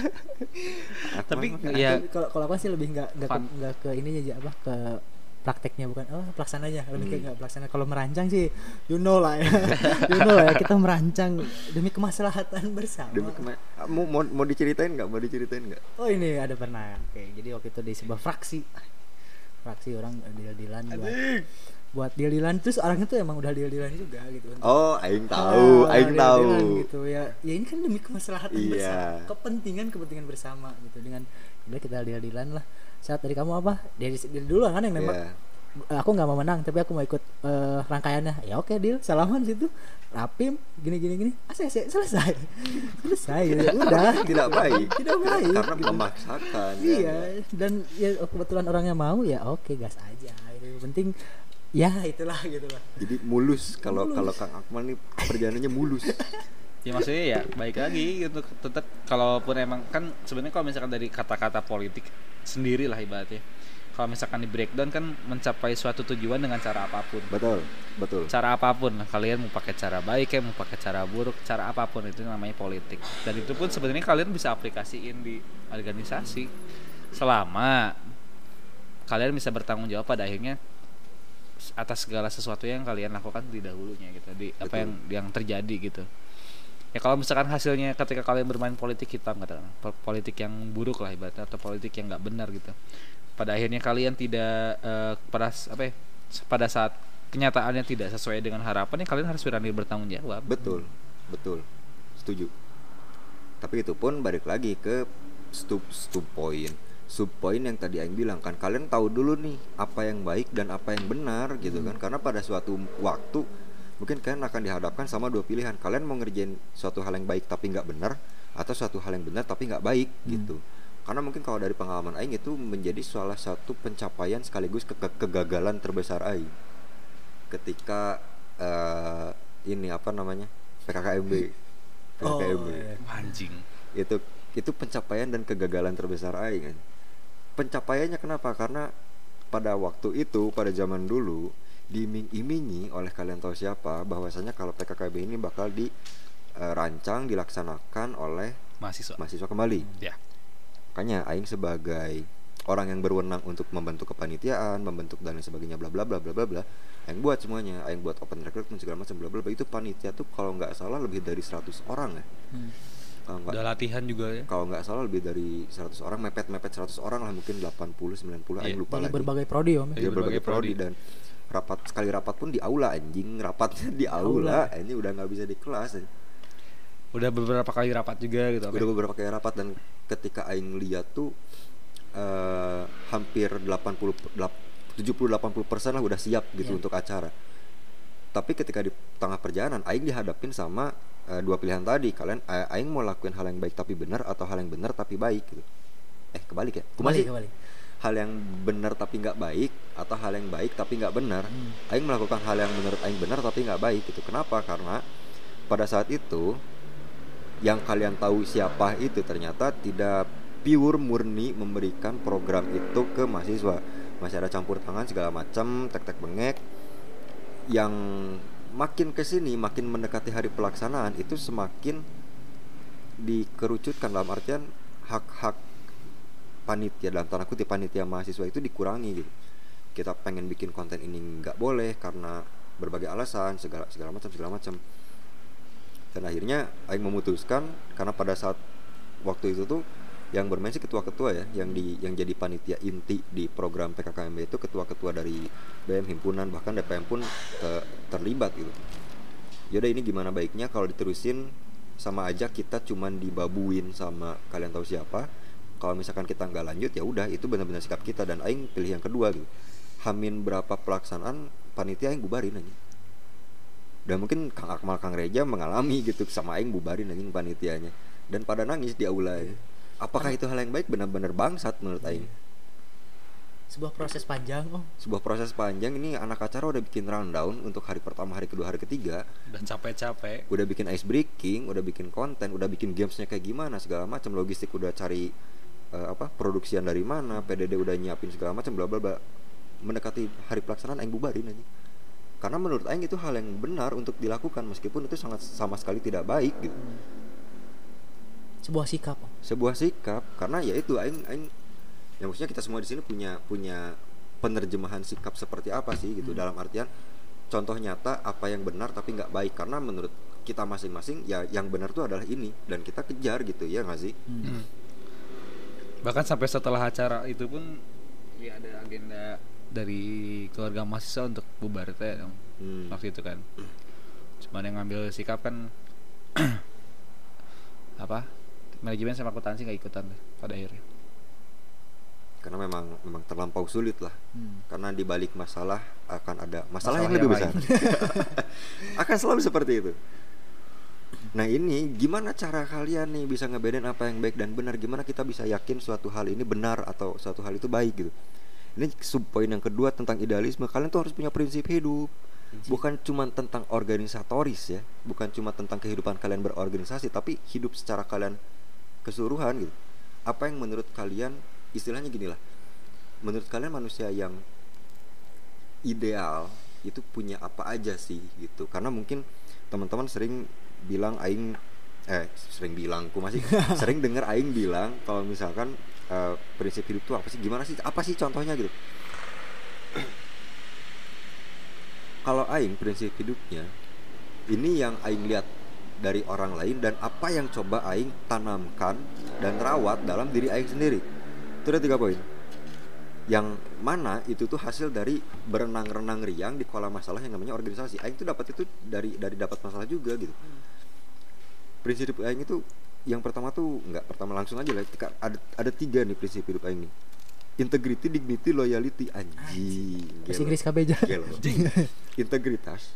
Akmal Tapi mah. ya Tapi kalau kalau aku sih lebih nggak nggak ke, Fun. nggak ke ini aja apa ke prakteknya, bukan oh pelaksananya, lebih ke Hmm. nggak pelaksana. Kalau merancang sih you know lah ya, you know lah ya, kita merancang demi kemaslahatan bersama. Demi kema- mau, mau mau diceritain nggak? Mau diceritain nggak? Oh ini ada pernah, oke, jadi waktu itu di sebuah fraksi, fraksi orang deal-dealan buat buat deal-dealan, terus orangnya tuh emang udah deal-dealan juga gitu. Oh, aing tahu, Ah, aing tahu. deal-dealan gitu ya. Ya ini kan demi kemaslahatan Iya. bersama, kepentingan kepentingan bersama gitu. Dengan udah kita deal-dealan lah. Saat dari kamu apa? Dari, dari dulu kan yang nembak. Iya. Aku nggak mau menang, tapi aku mau ikut eh, rangkaiannya. Ya oke, deal. Salaman situ. Rapim gini gini gini. Ah, saya, saya- selesai. Selesai gitu. Udah. Tidak baik. Tidak baik. Karena gitu. memaksakan. Iya, ya. dan ya kebetulan orangnya mau, ya oke, gas aja. Gitu. Yang penting ya itulah gitu lah. Jadi mulus kalau Mulus. kalau Kang Akmal nih perjalanannya mulus. ya maksudnya ya baik lagi gitu, tetap kalaupun emang kan sebenarnya kalau misalkan dari kata-kata politik sendiri lah ibaratnya, kalau misalkan di breakdown kan mencapai suatu tujuan dengan cara apapun, Betul, betul. cara apapun lah, kalian mau pakai cara baik ya mau pakai cara buruk, cara apapun itu namanya politik, dan itu pun sebenarnya kalian bisa aplikasiin di organisasi selama kalian bisa bertanggung jawab pada akhirnya atas segala sesuatu yang kalian lakukan di dahulunya gitu, di apa Betul. yang yang terjadi gitu. Ya kalau misalkan hasilnya ketika kalian bermain politik hitam katakan, po- politik yang buruk lah ibaratnya, atau politik yang nggak benar gitu, pada akhirnya kalian tidak eh, pada s- apa ya, pada saat kenyataannya tidak sesuai dengan harapan, ya kalian harus berani bertanggung jawab. Betul, betul, setuju. Tapi itu pun balik lagi ke stup stup point, sub point yang tadi Aing bilang kan, kalian tahu dulu nih apa yang baik dan apa yang benar gitu kan, karena pada suatu waktu mungkin kalian akan dihadapkan sama dua pilihan, kalian mau ngerjain suatu hal yang baik tapi nggak benar, atau suatu hal yang benar tapi nggak baik gitu. Karena mungkin kalau dari pengalaman Aing itu menjadi salah satu pencapaian sekaligus ke- ke- kegagalan terbesar Aing ketika eh, ini apa namanya P K K M B. P K K M B. Oh, iya. Anjing. Itu itu pencapaian dan kegagalan terbesar Aing kan. Pencapaiannya kenapa? Karena pada waktu itu, pada zaman dulu diiming-imingi oleh kalian tahu siapa bahwasanya kalau P K K M B ini bakal dirancang, dilaksanakan oleh Mahasiswa. mahasiswa kembali. Ya. Makanya Aing sebagai orang yang berwenang untuk membentuk kepanitiaan, membentuk dan lain sebagainya, bla bla bla bla bla bla, Aing buat semuanya. Aing buat open recruitment segala macam bla bla bla. Itu panitia tuh kalau nggak salah lebih dari seratus orang ya. Hmm. Kalau nggak Udah latihan juga ya. kalau nggak salah lebih dari seratus orang, mepet-mepet seratus orang lah, mungkin delapan puluh sembilan puluh, Aing Iya. lupa Dari lagi. berbagai prodi om. Iya, Dari berbagai berbagai prodi. prodi. Dan rapat, sekali rapat pun di aula anjing, rapatnya di aula, ini udah nggak bisa di kelas anjing. Udah beberapa kali rapat juga gitu. Udah beberapa kali rapat, dan ketika Aing lihat tuh eh, hampir delapan puluh tujuh puluh delapan puluh persen lah udah siap gitu Iya. untuk acara. Tapi ketika di tengah perjalanan Aing dihadapin sama eh, dua pilihan tadi, kalian eh, Aing mau lakuin hal yang baik tapi benar, atau hal yang benar tapi baik gitu. Eh kebalik ya? Kumaha Kembali sih? kembali. Hal yang benar tapi nggak baik, atau hal yang baik tapi nggak benar. Hmm. Aing melakukan hal yang menurut Aing benar tapi nggak baik gitu. Kenapa? Karena pada saat itu yang kalian tahu siapa itu ternyata tidak pure murni memberikan program itu ke mahasiswa. Masih ada campur tangan segala macam, tek-tek bengek. Yang makin kesini, makin mendekati hari pelaksanaan itu semakin dikerucutkan, dalam artian hak-hak panitia, dalam tanda kutip panitia mahasiswa itu dikurangi gitu. Kita pengen bikin konten ini nggak boleh karena berbagai alasan, segala segala macam segala macam. Dan akhirnya Aing memutuskan, karena pada saat waktu itu tuh yang bermain sih ketua-ketua ya, yang di yang jadi panitia inti di program P K K M B itu ketua-ketua dari B M, himpunan, bahkan D P M pun ke, terlibat gitu. Yaudah, ini gimana baiknya kalau diterusin, sama aja kita cuman dibabuin sama kalian tahu siapa. Kalau misalkan kita nggak lanjut, ya udah, itu benar-benar sikap kita. Dan Aing pilih yang kedua gitu. Hamin berapa pelaksanaan, panitia Aing bubarin aja. Dan mungkin Kang Akmal, Kang Reja mengalami gitu, sama Aing bubarin anjing panitianya. Dan pada nangis di aula ya. Apakah itu hal yang baik? Benar-benar bangsat menurut Aing. sebuah proses panjang om. Sebuah proses panjang. Ini anak acara udah bikin rundown untuk hari pertama, hari kedua, hari ketiga. Udah capek-capek. Udah bikin ice breaking, udah bikin konten, udah bikin gamesnya kayak gimana segala macam, logistik udah cari uh, apa produksian dari mana, P D D udah nyiapin segala macam, bla bla bla. Mendekati hari pelaksanaan aing bubarin aja. Karena menurut aing itu hal yang benar untuk dilakukan meskipun itu sangat sama sekali tidak baik gitu. Sebuah sikap om. Sebuah sikap, karena ya itu aing aing ya maksudnya kita semua di sini punya punya penerjemahan sikap seperti apa sih gitu, hmm. dalam artian contoh nyata apa yang benar tapi nggak baik, karena menurut kita masing-masing ya yang benar tuh adalah ini dan kita kejar gitu ya nggak sih. hmm. Bahkan sampai setelah acara itu pun ya ada agenda dari keluarga mahasiswa untuk bubar teh hmm. waktu itu kan. Cuman yang ngambil sikap kan apa manajemen sama akuntansi nggak ikutan deh pada akhirnya. Karena memang memang terlampau sulit lah. hmm. Karena di balik masalah akan ada masalah, masalah yang, yang lebih besar. Akan selalu seperti itu. Nah ini gimana cara kalian nih bisa ngebedain apa yang baik dan benar? Gimana kita bisa yakin suatu hal ini benar atau suatu hal itu baik gitu? Ini subpoin yang kedua tentang idealisme. Kalian tuh harus punya prinsip hidup. Bukan cuma tentang organisatoris ya, bukan cuma tentang kehidupan kalian berorganisasi, tapi hidup secara kalian keseluruhan gitu. Apa yang menurut kalian, istilahnya gini lah, menurut kalian manusia yang ideal itu punya apa aja sih gitu? Karena mungkin teman-teman sering bilang aing eh sering bilang ku masih sering dengar aing bilang kalau misalkan uh, prinsip hidup itu apa sih, gimana sih, apa sih contohnya gitu. Kalau aing prinsip hidupnya ini yang aing lihat dari orang lain dan apa yang coba aing tanamkan dan rawat dalam diri aing sendiri. Itu ada tiga poin. Yang mana itu tuh hasil dari berenang-renang riang di kolam masalah yang namanya organisasi. Aing tuh dapat itu dari dari dapat masalah juga gitu. Prinsip hidup aing itu yang pertama tuh enggak pertama langsung aja lah. Ada ada tiga nih prinsip hidup aing nih. Integrity, dignity, loyalty. Anjing. Bahasa Inggris K B J. Integritas,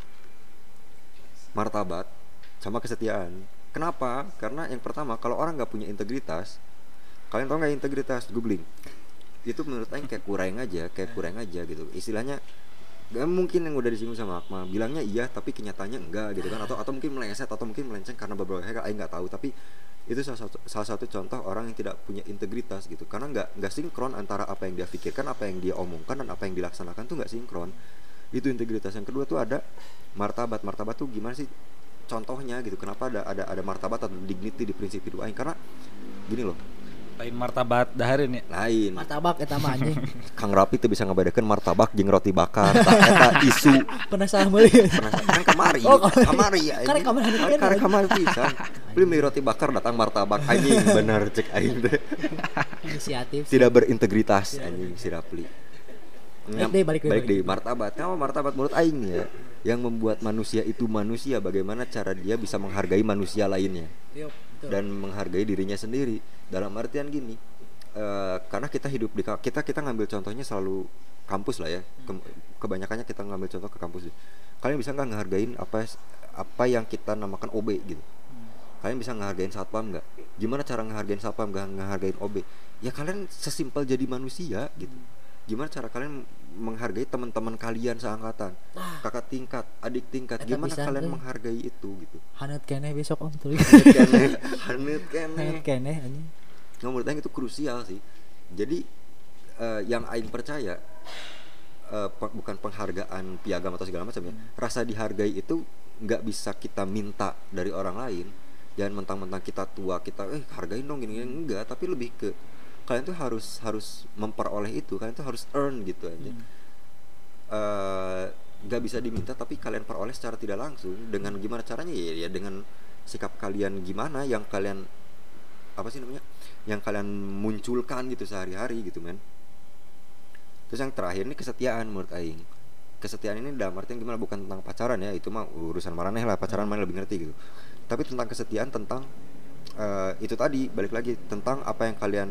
martabat, sama kesetiaan. Kenapa? Karena yang pertama kalau orang nggak punya integritas, kalian tau nggak integritas? Googling. Itu menurut aing kayak kurang aja, kayak kurang aja gitu. Istilahnya gak mungkin yang udah disinggung sama Akmal, bilangnya iya tapi kenyataannya enggak gitu kan, atau atau mungkin meleset atau mungkin melenceng karena beberapa hal aing nggak tahu, tapi itu salah satu salah satu contoh orang yang tidak punya integritas gitu, karena nggak nggak sinkron antara apa yang dia pikirkan, apa yang dia omongkan dan apa yang dilaksanakan tuh nggak sinkron. Itu integritas. Yang kedua tuh ada martabat. Martabat tuh gimana sih contohnya gitu, kenapa ada ada ada martabat atau dignity di prinsip hidup aing? Karena gini loh, lain martabat dahareun ya, lain martabak eta mah anjing. Kang Rapi tuh bisa ngabedakeun martabak jeung roti bakar. Eta isu pernah salah meuli kan kamari. Oh, kamari ya. Karek kamari karek kamari pisan. Beli roti bakar datang martabak, anjing bener cek aing teh. Inisiatif tidak berintegritas anjing si Rapli. Balik deh, balik, balik deh martabat. Kenapa martabat menurut aing ya? Yang membuat manusia itu manusia, bagaimana cara dia bisa menghargai manusia lainnya. Yuk, dan menghargai dirinya sendiri. Dalam artian gini, uh, karena kita hidup di kita kita ngambil contohnya selalu kampus lah ya. Ke, kebanyakannya kita ngambil contoh ke kampus. Kalian bisa nggak ngehargain apa apa yang kita namakan O B gitu? Kalian bisa ngehargain satpam nggak? Gimana cara ngehargain satpam nggak ngehargain O B? Ya kalian sesimpel jadi manusia gitu. Gimana cara kalian menghargai teman-teman kalian seangkatan, ah, kakak tingkat, adik tingkat? Gimana kalian eh. menghargai itu gitu? Hanet keneh besok om tuh. Hanet keneh. Hanet keneh anjing. Nah, menurut aing itu krusial sih. Jadi uh, yang aing percaya uh, pe- bukan penghargaan piagam atau segala macam ya. Hmm. Rasa dihargai itu nggak bisa kita minta dari orang lain. Jangan mentang-mentang kita tua kita eh hargain dong gini-gini, enggak, tapi lebih ke kalian tuh harus harus memperoleh itu, kalian tuh harus earn gitu aja. Hmm. Uh, gak bisa diminta tapi kalian peroleh secara tidak langsung. Dengan gimana caranya ya, ya dengan sikap kalian gimana yang kalian apa sih namanya, yang kalian munculkan gitu sehari-hari gitu men. Terus yang terakhir ini kesetiaan menurut aing. Kesetiaan ini dalam artian gimana, bukan tentang pacaran ya, itu mah urusan maraneh lah, pacaran mana lebih ngerti gitu. Tapi tentang kesetiaan, tentang uh, itu tadi balik lagi tentang apa yang kalian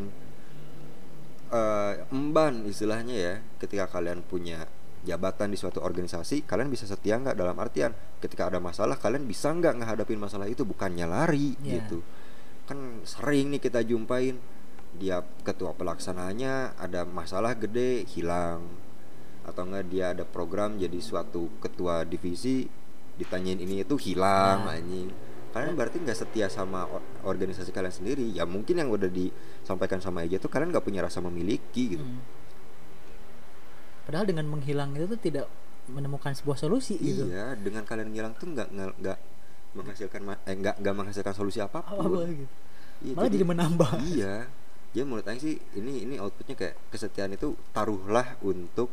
uh, emban istilahnya ya, ketika kalian punya jabatan di suatu organisasi, kalian bisa setia nggak, dalam artian ketika ada masalah kalian bisa nggak ngehadapin masalah itu, bukannya lari yeah. gitu. Kan sering nih kita jumpain dia ketua pelaksananya ada masalah gede hilang, atau enggak dia ada program jadi suatu ketua divisi ditanyain ini itu hilang Nah. anjing. Kalian berarti nggak setia sama or- organisasi kalian sendiri. Ya mungkin yang udah disampaikan sama Eja tuh kalian nggak punya rasa memiliki gitu. Hmm. Padahal dengan menghilang itu tuh tidak menemukan sebuah solusi gitu. Iya, dengan kalian ngilang tuh nggak nggak nggak menghasilkan ma- eh nggak nggak menghasilkan solusi apapun. Apa gitu. Iya, Malah jadi menambah. Iya. Jadi menurut Aing sih ini ini outputnya kayak kesetiaan itu taruhlah untuk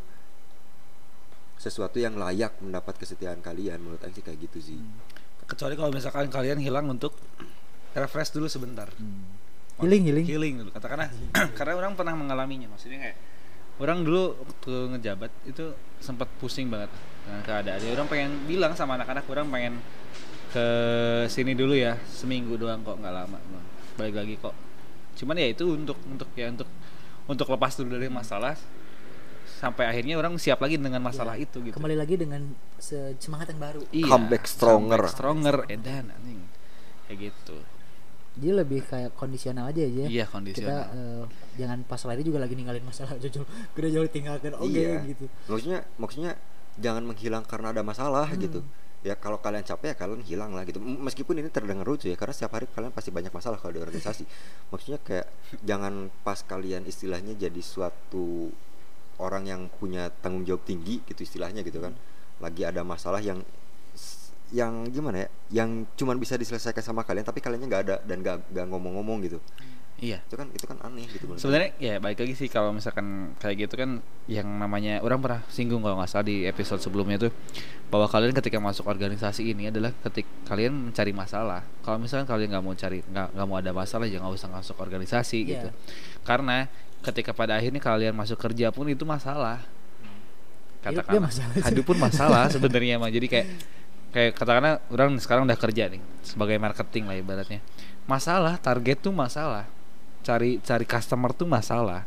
sesuatu yang layak mendapat kesetiaan kalian. Menurut Aing sih kayak gitu sih. Kecuali kalau misalkan kalian hilang untuk refresh dulu sebentar. Hmm. Healing, healing. Healing dulu katakanlah. Karena orang pernah mengalaminya, maksudnya kayak orang dulu waktu ngejabat itu sempat pusing banget dengan keadaannya. Orang pengen bilang sama anak-anak, orang pengen ke sini dulu ya, seminggu doang kok, nggak lama, balik lagi kok. Cuman ya itu untuk untuk ya untuk untuk lepas dulu dari masalah sampai akhirnya orang siap lagi dengan masalah Ya, itu gitu. Kembali lagi dengan se- semangat yang baru. Iya, Comeback stronger. comeback stronger, edan anjing. Kayak gitu. Jadi lebih kayak kondisional aja aja. Iya, Kita kondisional. eh, jangan pas lari juga lagi ninggalin masalah jujur. Kita jauh tinggalkan oke Iya. gitu. Maksudnya maksudnya jangan menghilang karena ada masalah gitu. Ya kalau kalian capek ya kalian hilang lah gitu. M- Meskipun ini terdengar lucu ya, karena setiap hari kalian pasti banyak masalah kalau di organisasi. Maksudnya kayak jangan pas kalian istilahnya jadi suatu orang yang punya tanggung jawab tinggi gitu istilahnya gitu kan. Lagi ada masalah yang yang gimana ya? Yang cuman bisa diselesaikan sama kalian tapi kaliannya nggak ada dan nggak nggak ngomong-ngomong gitu. Iya. Itu kan itu kan aneh gitu menurut Sebenarnya ya balik lagi sih kalau misalkan kayak gitu kan yang namanya orang pernah singgung kalau nggak salah di episode sebelumnya tuh bahwa kalian ketika masuk organisasi ini adalah ketika kalian mencari masalah. Kalau misalkan kalian nggak mau cari nggak nggak mau ada masalah ya nggak usah masuk organisasi Iya. gitu. Karena ketika pada akhirnya kalian masuk kerja pun itu masalah. Hidup Katakanlah dia masalah. hidup pun masalah sebenarnya mah. Jadi kayak kayak katakanlah orang sekarang udah kerja nih sebagai marketing lah ibaratnya. Masalah target tuh masalah. Cari cari customer tuh masalah.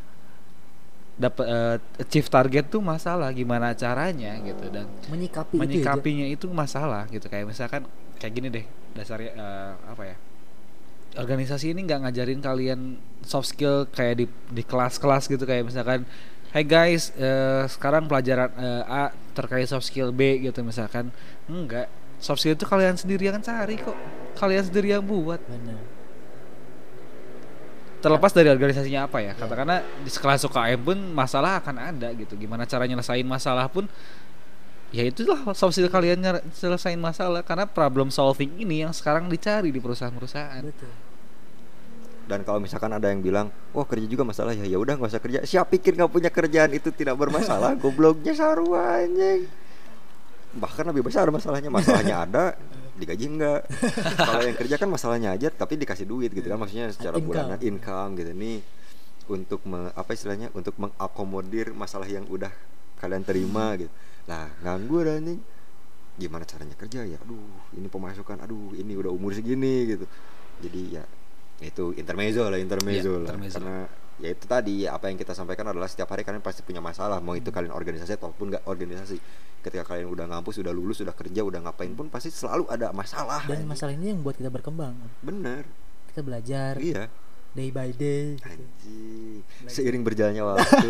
Dapat uh, achieve target tuh masalah, gimana caranya gitu dan Menyikapi, menyikapinya itu, masalah gitu. Kayak misalkan kayak gini deh dasarnya uh, apa ya? Organisasi ini nggak ngajarin kalian soft skill kayak di di kelas-kelas gitu, kayak misalkan hey guys, uh, sekarang pelajaran uh, A terkait soft skill B gitu misalkan. Enggak. Soft skill itu kalian sendiri yang cari kok. Kalian sendiri yang buat. Benar. Terlepas dari organisasinya apa ya, katakanlah di kelas U K M pun masalah akan ada gitu. Gimana cara nyelesain masalah pun ya itulah soft skill kalian nyere- nyelesain masalah, karena problem solving ini yang sekarang dicari di perusahaan-perusahaan. Betul. Dan kalau misalkan ada yang bilang, "Wah, kerja juga masalah ya." Ya udah, nggak usah kerja. Siapa pikir nggak punya kerjaan itu tidak bermasalah? Gobloknya sarua anjing. Bahkan lebih besar masalahnya. Masalahnya ada, digaji enggak. Kalau yang kerja kan masalahnya aja tapi dikasih duit gitu kan, maksudnya secara Income. bulanan income gitu nih untuk me, apa istilahnya untuk mengakomodir masalah yang udah kalian terima gitu. Lah, nganggur anjing. Gimana caranya kerja ya? Aduh, ini pemasukan, aduh, ini udah umur segini gitu. Jadi ya itu intermezzo lah, intermezzo Iya, lah. intermezzo. Karena ya itu tadi apa yang kita sampaikan adalah setiap hari kalian pasti punya masalah, mau itu kalian organisasi ataupun nggak organisasi. Ketika kalian udah ngampus, udah lulus, udah kerja, udah ngapain pun pasti selalu ada masalah. Dan anjing. masalah ini yang buat kita berkembang. Bener. Kita belajar Iya. day by day. Anjing. Seiring berjalannya waktu.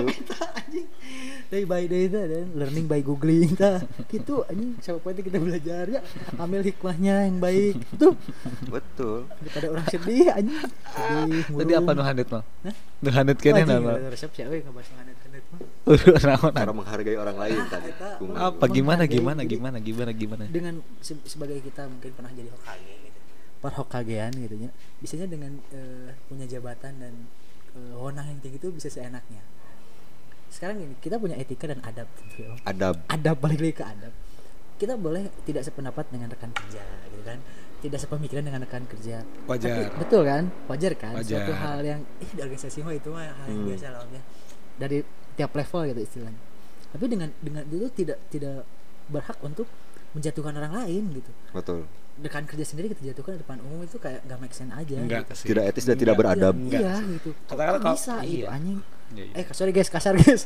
Day by day itu dan learning by googling ta. Gitu anjing siapa poinnya kita belajar ya. Ambil hikmahnya yang baik. Tuh Betul. daripada orang sedih anjing. Sedih. Tadi apa nu handit mah? Hah? Nu handit kene nama. Resep sih euy ngebahas nganet-nganet mah. Udah naon? Cara menghargai orang lain tadi. Eta, Kumul. Apa gimana Menghargai, gimana jadi- gimana gimana gimana? Dengan se- sebagai kita mungkin pernah jadi Hokage gitu. Per Hokagean gitu ya. Biasanya dengan eh, punya jabatan dan eh, wewenang yang tinggi itu bisa seenaknya. Sekarang ini kita punya etika dan adab gitu ya. Adab. Adab balik lagi ke adab. Kita boleh tidak sependapat dengan rekan kerja gitu kan. Tidak sepemikiran dengan rekan kerja. Wajar. Tapi, betul kan? Wajar kan? Wajar. Suatu hal yang ih di organisasi mah itu mah hal yang Hmm. biasa lah ya. Dari tiap level gitu istilahnya. Tapi dengan dengan itu tidak tidak berhak untuk menjatuhkan orang lain gitu. Betul. Rekan kerja sendiri kita jatuhkan di depan umum itu kayak gak make sense aja. Enggak gitu. sih. Tidak etis dan tidak Enggak. beradab. Enggak Iya sih. gitu. Kok, Katakanlah kok kalau- bisa gitu iya. anjing. Iya, iya. Eh sorry guys kasar guys.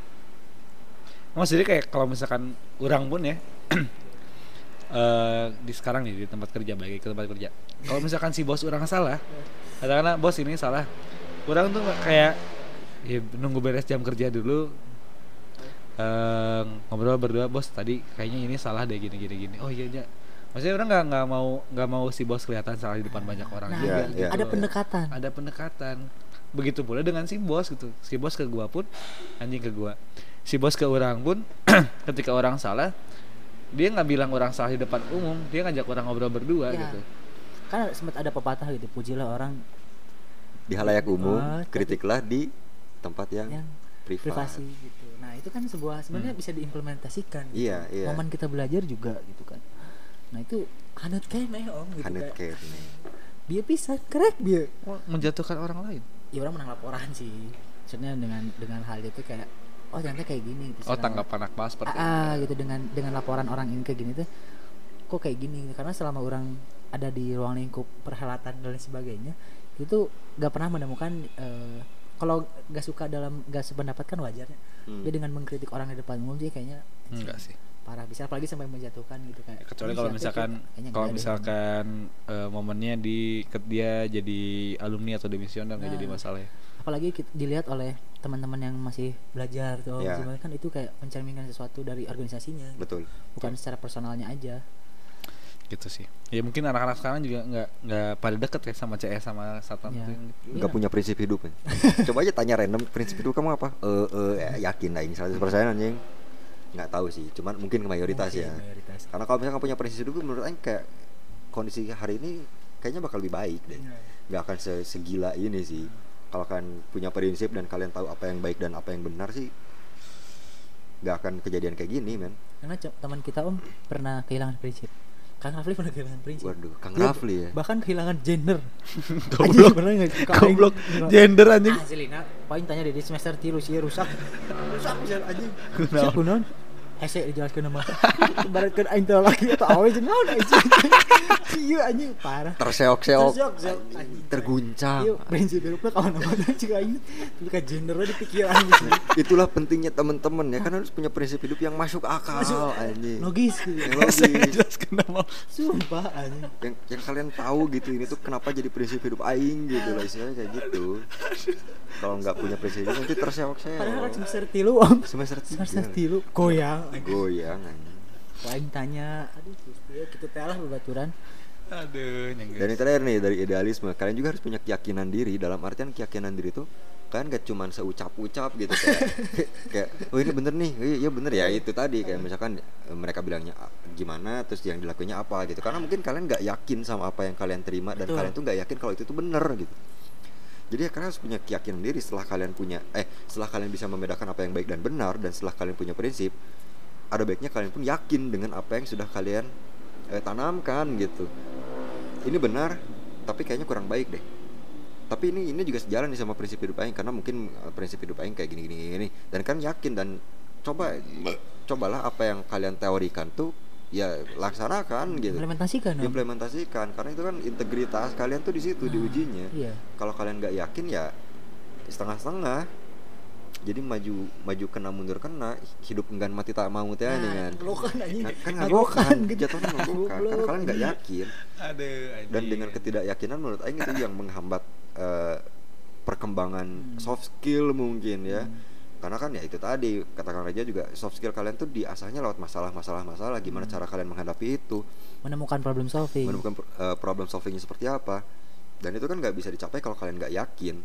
Mas jadi kayak kalau misalkan orang pun ya eh di sekarang nih di tempat kerja, baik ke tempat kerja. Kalau misalkan si bos orang salah, katakanlah bos ini salah, Orang tuh kayak ya, nunggu beres jam kerja dulu, eh, ngobrol berdua, bos tadi kayaknya ini salah deh gini gini gini. Oh iya iya. Maksudnya orang nggak nggak mau nggak mau si bos kelihatan salah di depan banyak orang. Nah, Iya, juga, iya. gitu. ada pendekatan. Ada pendekatan. Begitu pula dengan si bos gitu. Si bos ke gua pun anjing ke gua. Si bos ke orang pun ketika orang salah dia nggak bilang orang salah di depan umum, dia ngajak orang ngobrol berdua Ya. gitu. Kan sempat ada pepatah gitu, pujilah orang Di halayak umum, Ah, tapi- kritiklah di tempat yang, yang privat. privasi gitu. Nah itu kan sebuah sebenarnya bisa diimplementasikan. Gitu. Iya, iya. Momen kita belajar juga gitu kan. Nah itu hanut kene om gitu Hanet kayak. kene. Dia bisa kerek dia. Oh, menjatuhkan orang lain. Ya orang menang laporan sih. Maksudnya dengan dengan hal itu kayak oh ternyata kayak gini. Gitu, Oh, selama- tanggapan Akmal seperti ah, itu. gitu dengan dengan laporan orang ini kayak gini tuh kok kayak gini karena selama orang ada di ruang lingkup perhelatan dan lain sebagainya itu gak pernah menemukan eh, kalau gak suka dalam gak sependapat kan wajar ya. Hmm. Dia dengan mengkritik orang di depan umum dia kayaknya Enggak sih. parah bisa apalagi sampai menjatuhkan gitu kayak Kecuali "Ini kalau siapa misalkan sih?" Kayaknya kalau nggak ada misalkan eh, momennya di ke- dia jadi alumni atau demisioner nggak Nah. jadi masalah ya. deh. Apalagi kit- dilihat oleh teman-teman yang masih belajar tuh Ya. gimana kan itu kayak mencerminkan sesuatu dari organisasinya Betul. bukan secara personalnya aja. Gitu sih. Ya mungkin anak-anak sekarang juga nggak nggak pada deket ya sama C S sama satpam Ya. itu. Nggak Iya. punya prinsip hidup ya. Coba aja tanya random, prinsip hidup kamu apa? Eh eh ya, yakin lah ini seratus persen anjing. Nggak tahu sih, cuman mungkin mayoritas Mungkin ya. mayoritas. Karena kalau misalkan punya prinsip hidup menurut Aing kayak kondisi hari ini kayaknya bakal lebih baik deh. Nggak akan se- segila ini sih. Kalau kan punya prinsip dan kalian tahu apa yang baik dan apa yang benar sih, nggak akan kejadian kayak gini, men. Karena c- teman kita om pernah kehilangan prinsip. Kang Rafli pernah kehilangan prinsip. Waduh, Kang Dia Rafli ya. Bahkan kehilangan gender. Goblok. Pernah nggak? Kak Goblok. Aing- Gender anjing. Ah, Selina, paling tanya di semester tilu sih rusak. Rusak bisa anjing. Kunaon? Siap kunaon? Hese dijelaskeun nama. Ibaratkeun aing teh laki atau awe jeung naon anjing. Ieu anjing parah. Terseok-seok, Terseok-seok, anjing. terguncang. Ieu prinsip hirupna kawan-kawan jeung aing. Tapi ka gender we di pikiran gitu. Itulah pentingnya teman-teman ya, kan harus punya prinsip hidup yang masuk akal Masuk anjing. logis gitu. Yang Saya logis. jelaskan nama. Sumpah anjing. yang yang kalian tahu gitu, ini tuh kenapa jadi prinsip hidup aing gitu lah, istilahnya kayak gitu. Kalau nggak punya prinsip hidup nanti Padahal terseok-seok. semester tilu om. Semester Semester tiga tilu goyang. goyang anjing. Paling tanya, aduh Gusti, ya gitu teh lah bebaturan. Aduh, Dan nyengges. yang terakhir nih dari idealisme, kalian juga harus punya keyakinan diri. Dalam artian keyakinan diri tuh kan gak cuma seucap-ucap gitu kayak kayak oh ini bener nih, iya iya bener ya itu tadi kayak misalkan eh, mereka bilangnya ah, gimana terus yang dilakuinnya apa gitu, karena mungkin kalian nggak yakin sama apa yang kalian terima dan Betul. kalian tuh nggak yakin kalau itu tuh bener gitu. Jadi ya kalian harus punya keyakinan diri. Setelah kalian punya eh setelah kalian bisa membedakan apa yang baik dan benar, dan setelah kalian punya prinsip, ada baiknya kalian pun yakin dengan apa yang sudah kalian eh, tanamkan gitu. Ini benar, tapi kayaknya kurang baik deh. Tapi ini ini juga sejalan nih sama prinsip hidup aing, karena mungkin uh, prinsip hidup aing kayak gini gini gini. Dan kan yakin dan coba cobalah apa yang kalian teorikan tuh ya laksanakan gitu. Implementasikan om. Implementasikan, karena itu kan integritas kalian tuh di situ Nah, diujinya. Iya. Kalau kalian nggak yakin ya setengah-setengah. Jadi maju maju kena mundur kena, hidup enggan mati tak mau teh nih kan. Ngelokan anjing. Nah, kan Ngagokan ngagokan gitu. jatuhnya ngagokan karena Goblok, kalian nggak anjing. yakin. Aduh, anjing. Dan dengan ketidakyakinan menurut aing itu yang menghambat eh, perkembangan soft skill mungkin ya. Karena kan ya itu tadi katakan aja juga soft skill kalian tuh diasahnya lewat masalah-masalah masalah, gimana cara kalian menghadapi itu, Menemukan problem solving. menemukan eh, problem solvingnya seperti apa. Dan itu kan nggak bisa dicapai kalau kalian nggak yakin.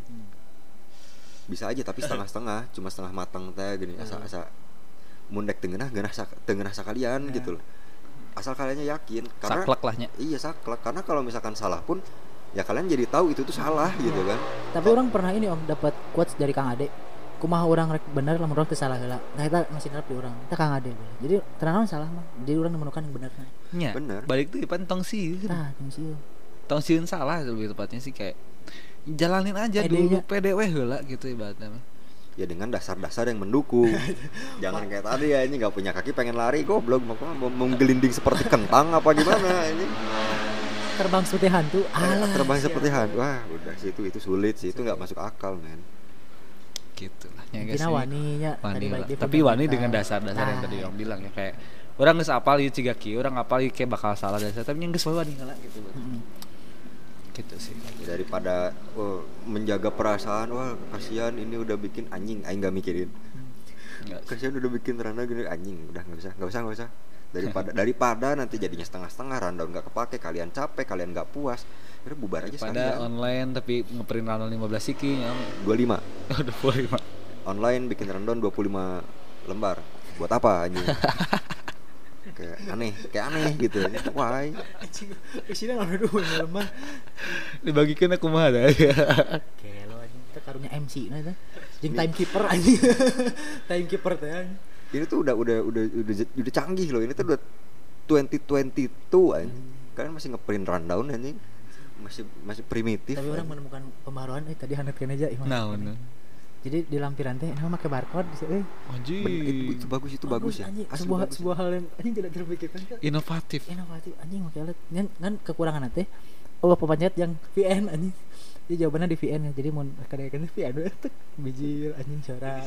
Bisa aja tapi setengah-setengah, cuma setengah matang teh gini, asa-asa mundek tengenah geunah sak tengenah sakalian gitu loh. Asal kaliannya yakin karena Saklek lah nya. iya saklek, karena kalau misalkan salah pun ya kalian jadi tahu itu tuh salah gitu kan. Tapi orang pernah ini om dapat quotes dari Kang Ade. Kumaha orang rek bener lamun urang teu salah heula. Nah eta masih nerap di urang. Eta Kang Ade. Jadi tenanan salah mah. Jadi urang menemukan yang bener. Nya. Bener. Balik tuh pan tong sieun. Tah, tong sieu. Tong sieun salah lebih tepatnya sih kayak jalanin aja Pede-nya. dulu P D W heula gitu ibaratnya mah. Ya dengan dasar-dasar yang mendukung. Jangan kayak tadi ya, ini nggak punya kaki pengen lari goblok, mau mau menggelinding seperti kentang apa gimana ini. Terbang seperti hantu. Alah. Terbang siap. seperti hantu. Wah, udah sih itu itu sulit sih, itu nggak masuk akal, men. Gitu lah nya guys. Kina ini. wani nya. Wani Tadi lah. balik di Tapi wani fundamental. dengan dasar-dasar yang Nah, tadi orang bilang ya kayak orang geus apal ieu ciga kieu, orang apal ieu kayak bakal salah dasar tapi yang geus wae wani heula gitu. mm-mm. Gitu sih. Ya, daripada oh, menjaga perasaan, wah kasihan ini udah bikin anjing, aing nggak mikirin. Enggak. Kasihan udah bikin rundown gini anjing, udah nggak bisa, nggak usah, nggak usah. Daripada daripada nanti jadinya setengah-setengah rundown nggak kepake, kalian capek, kalian nggak puas, udah bubar aja Pada online tapi ngeprint rundown lima belas siki nya. dua puluh lima dua puluh lima. online bikin rundown dua puluh lima lembar. Buat apa anjing? Kayak aneh, kayak aneh gitu. Why? Anjing, isinya nggak ada dua lembar. Dibagikan aku mah ada. Kelo anjing, kita karunya M C nah itu. Jeung timekeeper anjing. Timekeeper teh anjing. Ini tuh udah udah udah udah udah canggih loh. Ini tuh udah dua ribu dua puluh dua anjing. Kalian masih ngeprint rundown anjing. Masih masih primitif. Tapi orang menemukan pembaruan eh tadi hanetkeun aja Iman. Nah, bener. Jadi di lampiran teh emang pakai barcode bisa euy. Anjing. Ben, itu, itu bagus itu bagus, ya. Anjing, Asli sebuah bagus. sebuah hal yang anjing tidak terpikirkan kan. Inovatif. Inovatif anjing make alat. Ngan, ngan kekurangan teh oh pepencet yang V N anjing. Jadi jawabannya di V N ya. Jadi mun kadang-kadang V N we tek bijil anjing suara.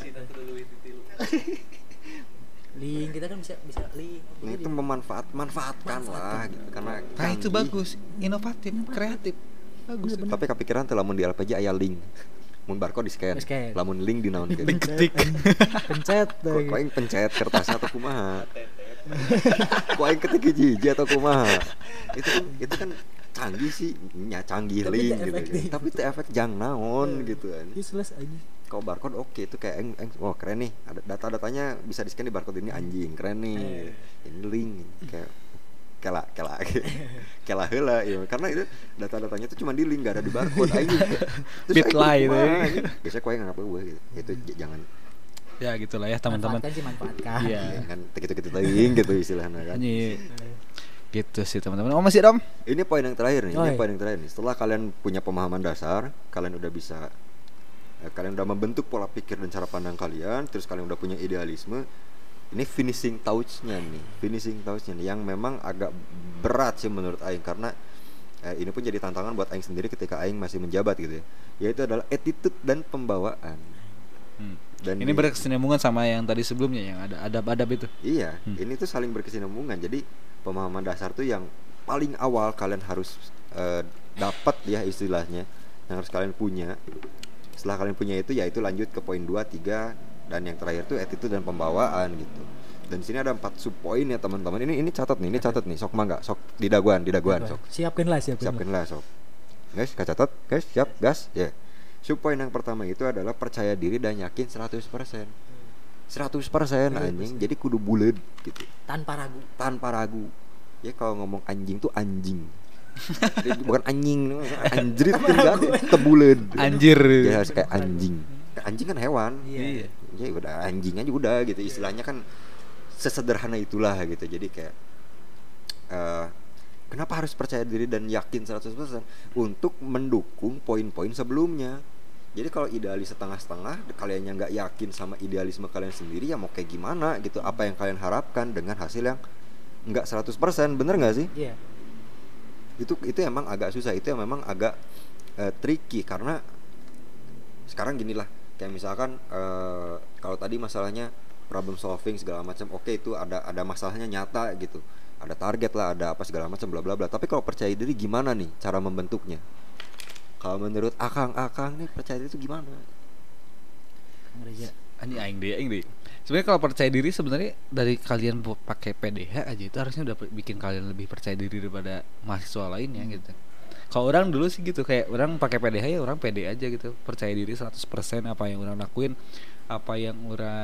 Link kita kan bisa bisa link. Nah, itu memanfaat manfaatkan lah gitu karena Nah, itu canggih. bagus, inovatif, kreatif. Bagus. Tapi kepikiran tuh lamun di L P J aya link. Mun barcode di scan. Di-scan. Lamun link di naon Link ketik. Pencet Kok tuh. kok aing pencet kertasnya atau kumaha? Kok aing ketik hiji-hiji atau kumaha? Itu kan itu kan canggih sih, nya canggih Tapi link teu gitu. efektif. Tapi itu efek jang naon gitu kan. Useless anjing. Kalau barcode oke itu kayak eng, eng, wah keren nih, ada data-datanya bisa di scan di barcode ini anjing, keren nih. Ini link kayak kela kela kela heula ya karena itu data-datanya tuh cuma di link gak ada di barcode aing. Bitly itu. Biasanya kowe nganggap gue gitu. Itu j- jangan Ya gitulah ya teman-teman. Manfaatkan sih manfaatkan. Iya. ya, kan gitu-gitu link gitu istilahnya kan. Anjing. Gitu sih teman-teman. Oh masih Dom? Ini poin yang terakhir nih, Oh, ini iya. poin yang terakhir nih. Setelah kalian punya pemahaman dasar, kalian udah bisa eh, kalian udah membentuk pola pikir dan cara pandang kalian, terus kalian udah punya idealisme. Ini finishing touch-nya nih, finishing touch-nya nih yang memang agak berat sih menurut aing karena eh, ini pun jadi tantangan buat aing sendiri ketika aing masih menjabat gitu ya. Yaitu adalah attitude dan pembawaan. Hmm. Dan Ini di- berkesinambungan sama yang tadi sebelumnya yang ada adab-adab itu. Iya, Hmm. ini tuh saling berkesinambungan. Jadi pemahaman dasar tuh yang paling awal kalian harus eh, dapat ya istilahnya, yang harus kalian punya. Setelah kalian punya itu, ya itu lanjut ke poin dua, tiga, dan yang terakhir tuh attitude dan pembawaan gitu. Dan di sini ada empat sub poin ya teman-teman. Ini ini catat nih, ini catat nih. Sok mangga, sok di daguan, di daguan, sok. Siapkan lah, siapkan. Siapkan lah sok. Guys, catat, guys, siap, gas, ya. Sub poin yang pertama itu adalah percaya diri dan yakin seratus persen. seratus persen anjing. Jadi kudu bulet gitu. Tanpa ragu. Tanpa ragu. Ya kalau ngomong anjing tuh anjing. Jadi bukan anjing, anjrit kan tebuleud. Anjir. Jadi harus kayak anjing. Anjing kan hewan. Iya. Ya udah anjing aja udah gitu. Istilahnya kan sesederhana itulah gitu. Jadi kayak eh, kenapa harus percaya diri dan yakin seratus persen untuk mendukung poin-poin sebelumnya. Jadi kalau idealis setengah-setengah, kalian yang nggak yakin sama idealisme kalian sendiri, ya mau kayak gimana gitu. Apa yang kalian harapkan dengan hasil yang nggak seratus persen, bener nggak sih? Iya. Itu itu emang agak susah, itu yang memang agak uh, tricky karena sekarang gini lah, kayak misalkan uh, kalau tadi masalahnya problem solving segala macam, oke itu ada ada masalahnya nyata gitu, ada target lah, ada apa segala macam bla bla bla. Tapi kalau percaya diri gimana nih cara membentuknya? Kalau menurut akang-akang nih percaya diri itu gimana? Kang Reza. Anjing aing deh, aing deh. Sebenarnya kalau percaya diri sebenarnya dari kalian bu- pakai P D H aja itu harusnya udah pe- bikin kalian lebih percaya diri daripada mahasiswa lainnya gitu. Kalau orang dulu sih gitu, kayak orang pakai P D H ya orang pede aja gitu, percaya diri seratus persen apa yang orang lakuin, apa yang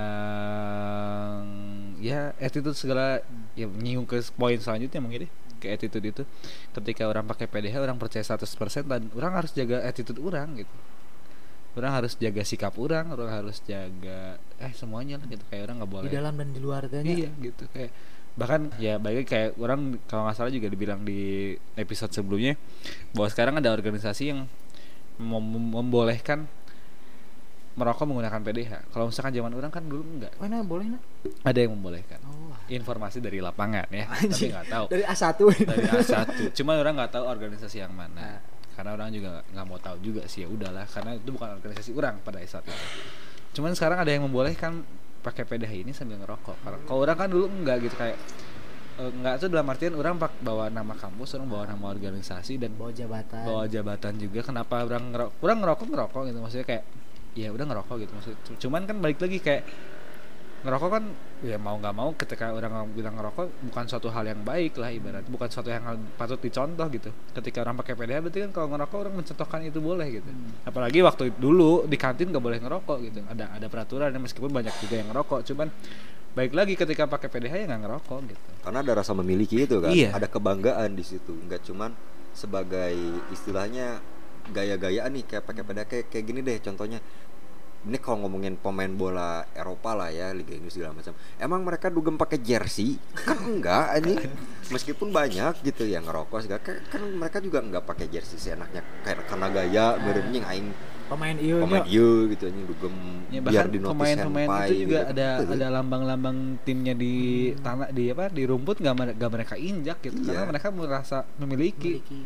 orang ya attitude segala ya nyinggung ke poin selanjutnya mungkin deh ke attitude itu. Ketika orang pakai P D H orang percaya seratus persen dan orang harus jaga attitude orang gitu. Orang harus jaga sikap orang, orang harus jaga eh semuanya lah gitu, kayak orang nggak boleh. Di dalam dan di luar tanya. Iya gitu, kayak bahkan ya baik kayak orang kalau nggak salah juga dibilang di episode sebelumnya bahwa sekarang ada organisasi yang mem- membolehkan merokok menggunakan P D H. Kalau misalkan zaman orang kan dulu enggak, Mana boleh nah? ada yang membolehkan. Oh. Informasi dari lapangan ya, tapi Anjing. nggak tahu Dari A satu. dari A satu. Cuma orang nggak tahu organisasi yang mana. Nah. Karena orang juga nggak mau tahu juga sih, ya udahlah karena itu bukan organisasi orang pada saat itu. Cuman sekarang ada yang membolehkan pakai P D H ini sambil ngerokok. Karena kalau orang kan dulu enggak gitu, kayak uh, enggak tuh dalam artian orang pak bawa nama kampus, orang bawa nama organisasi dan bawa jabatan bawa jabatan juga. Kenapa orang ngerokok, orang ngerokok ngerokok gitu maksudnya kayak ya udah ngerokok gitu maksudnya. Cuman kan balik lagi kayak ngerokok kan ya mau nggak mau ketika orang bilang ngerokok bukan suatu hal yang baik lah ibarat, bukan suatu yang hal patut dicontoh gitu. Ketika orang pakai P D H berarti kan kalau ngerokok orang mencontohkan itu boleh gitu. Hmm. Apalagi waktu dulu di kantin nggak boleh ngerokok gitu. Ada ada peraturan meskipun banyak juga yang ngerokok. Cuman baik lagi ketika pakai P D H ya nggak ngerokok gitu. Karena ada rasa memiliki itu kan, iya. Ada kebanggaan di situ, nggak cuman sebagai istilahnya gaya-gayaan nih kayak pakai P D H kayak kayak gini deh contohnya. Ini kalau ngomongin pemain bola Eropa lah ya, Liga Inggris segala macam. Emang mereka dugem pakai jersey? Kan enggak ini. Meskipun banyak gitu yang ngerokok segala kan, kan mereka juga enggak pakai jersey seenaknya kayak karena gaya berenjing aing pemain ieu pemain ieu gitu anjing dugem ya, biar di notice pemain-pemain itu juga gitu. ada Betul. Ada lambang-lambang timnya di hmm. tanah di apa di rumput enggak enggak mereka injak gitu iya. Karena mereka merasa memiliki. memiliki.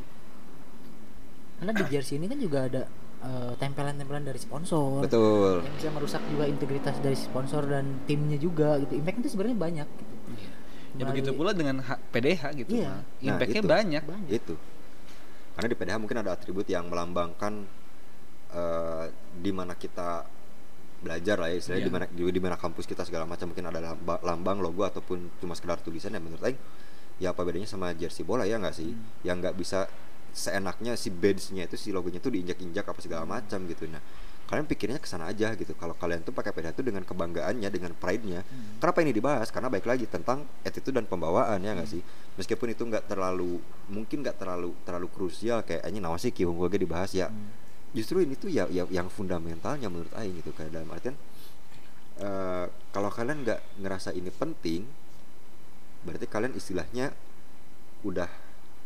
Karena di jersey ini kan juga ada Uh, tempelan-tempelan dari sponsor. Betul. Yang bisa merusak juga integritas dari sponsor dan timnya juga gitu. Impact itu sebenarnya banyak gitu. Iya. Ya begitu pula dengan H- P D H gitu. Iya. Impactnya nah, banyak. banyak. Itu. Karena di P D H mungkin ada atribut yang melambangkan uh, di mana kita belajar lah ya, istilahnya yeah. di mana di, di mana kampus kita segala macam mungkin ada lambang, lambang logo ataupun cuma sekedar tulisan yang menurut saya ya apa bedanya sama jersey bola ya nggak sih? Hmm. Yang nggak bisa seenaknya si badge-nya itu si logonya tuh diinjak-injak apa segala macam gitu. Nah, kalian pikirnya kesana aja gitu. Kalau kalian tuh pakai P D H itu dengan kebanggaannya, dengan pride-nya. Hmm. Kenapa ini dibahas? Karena baik lagi tentang attitude dan pembawaan ya nggak hmm. sih. Meskipun itu nggak terlalu mungkin nggak terlalu terlalu krusial kayak ini nawas sih kieu ge dibahas ya. Hmm. Justru ini tuh ya, ya yang fundamentalnya menurut aing gitu kayak dalam artian uh, kalau kalian nggak ngerasa ini penting, berarti kalian istilahnya udah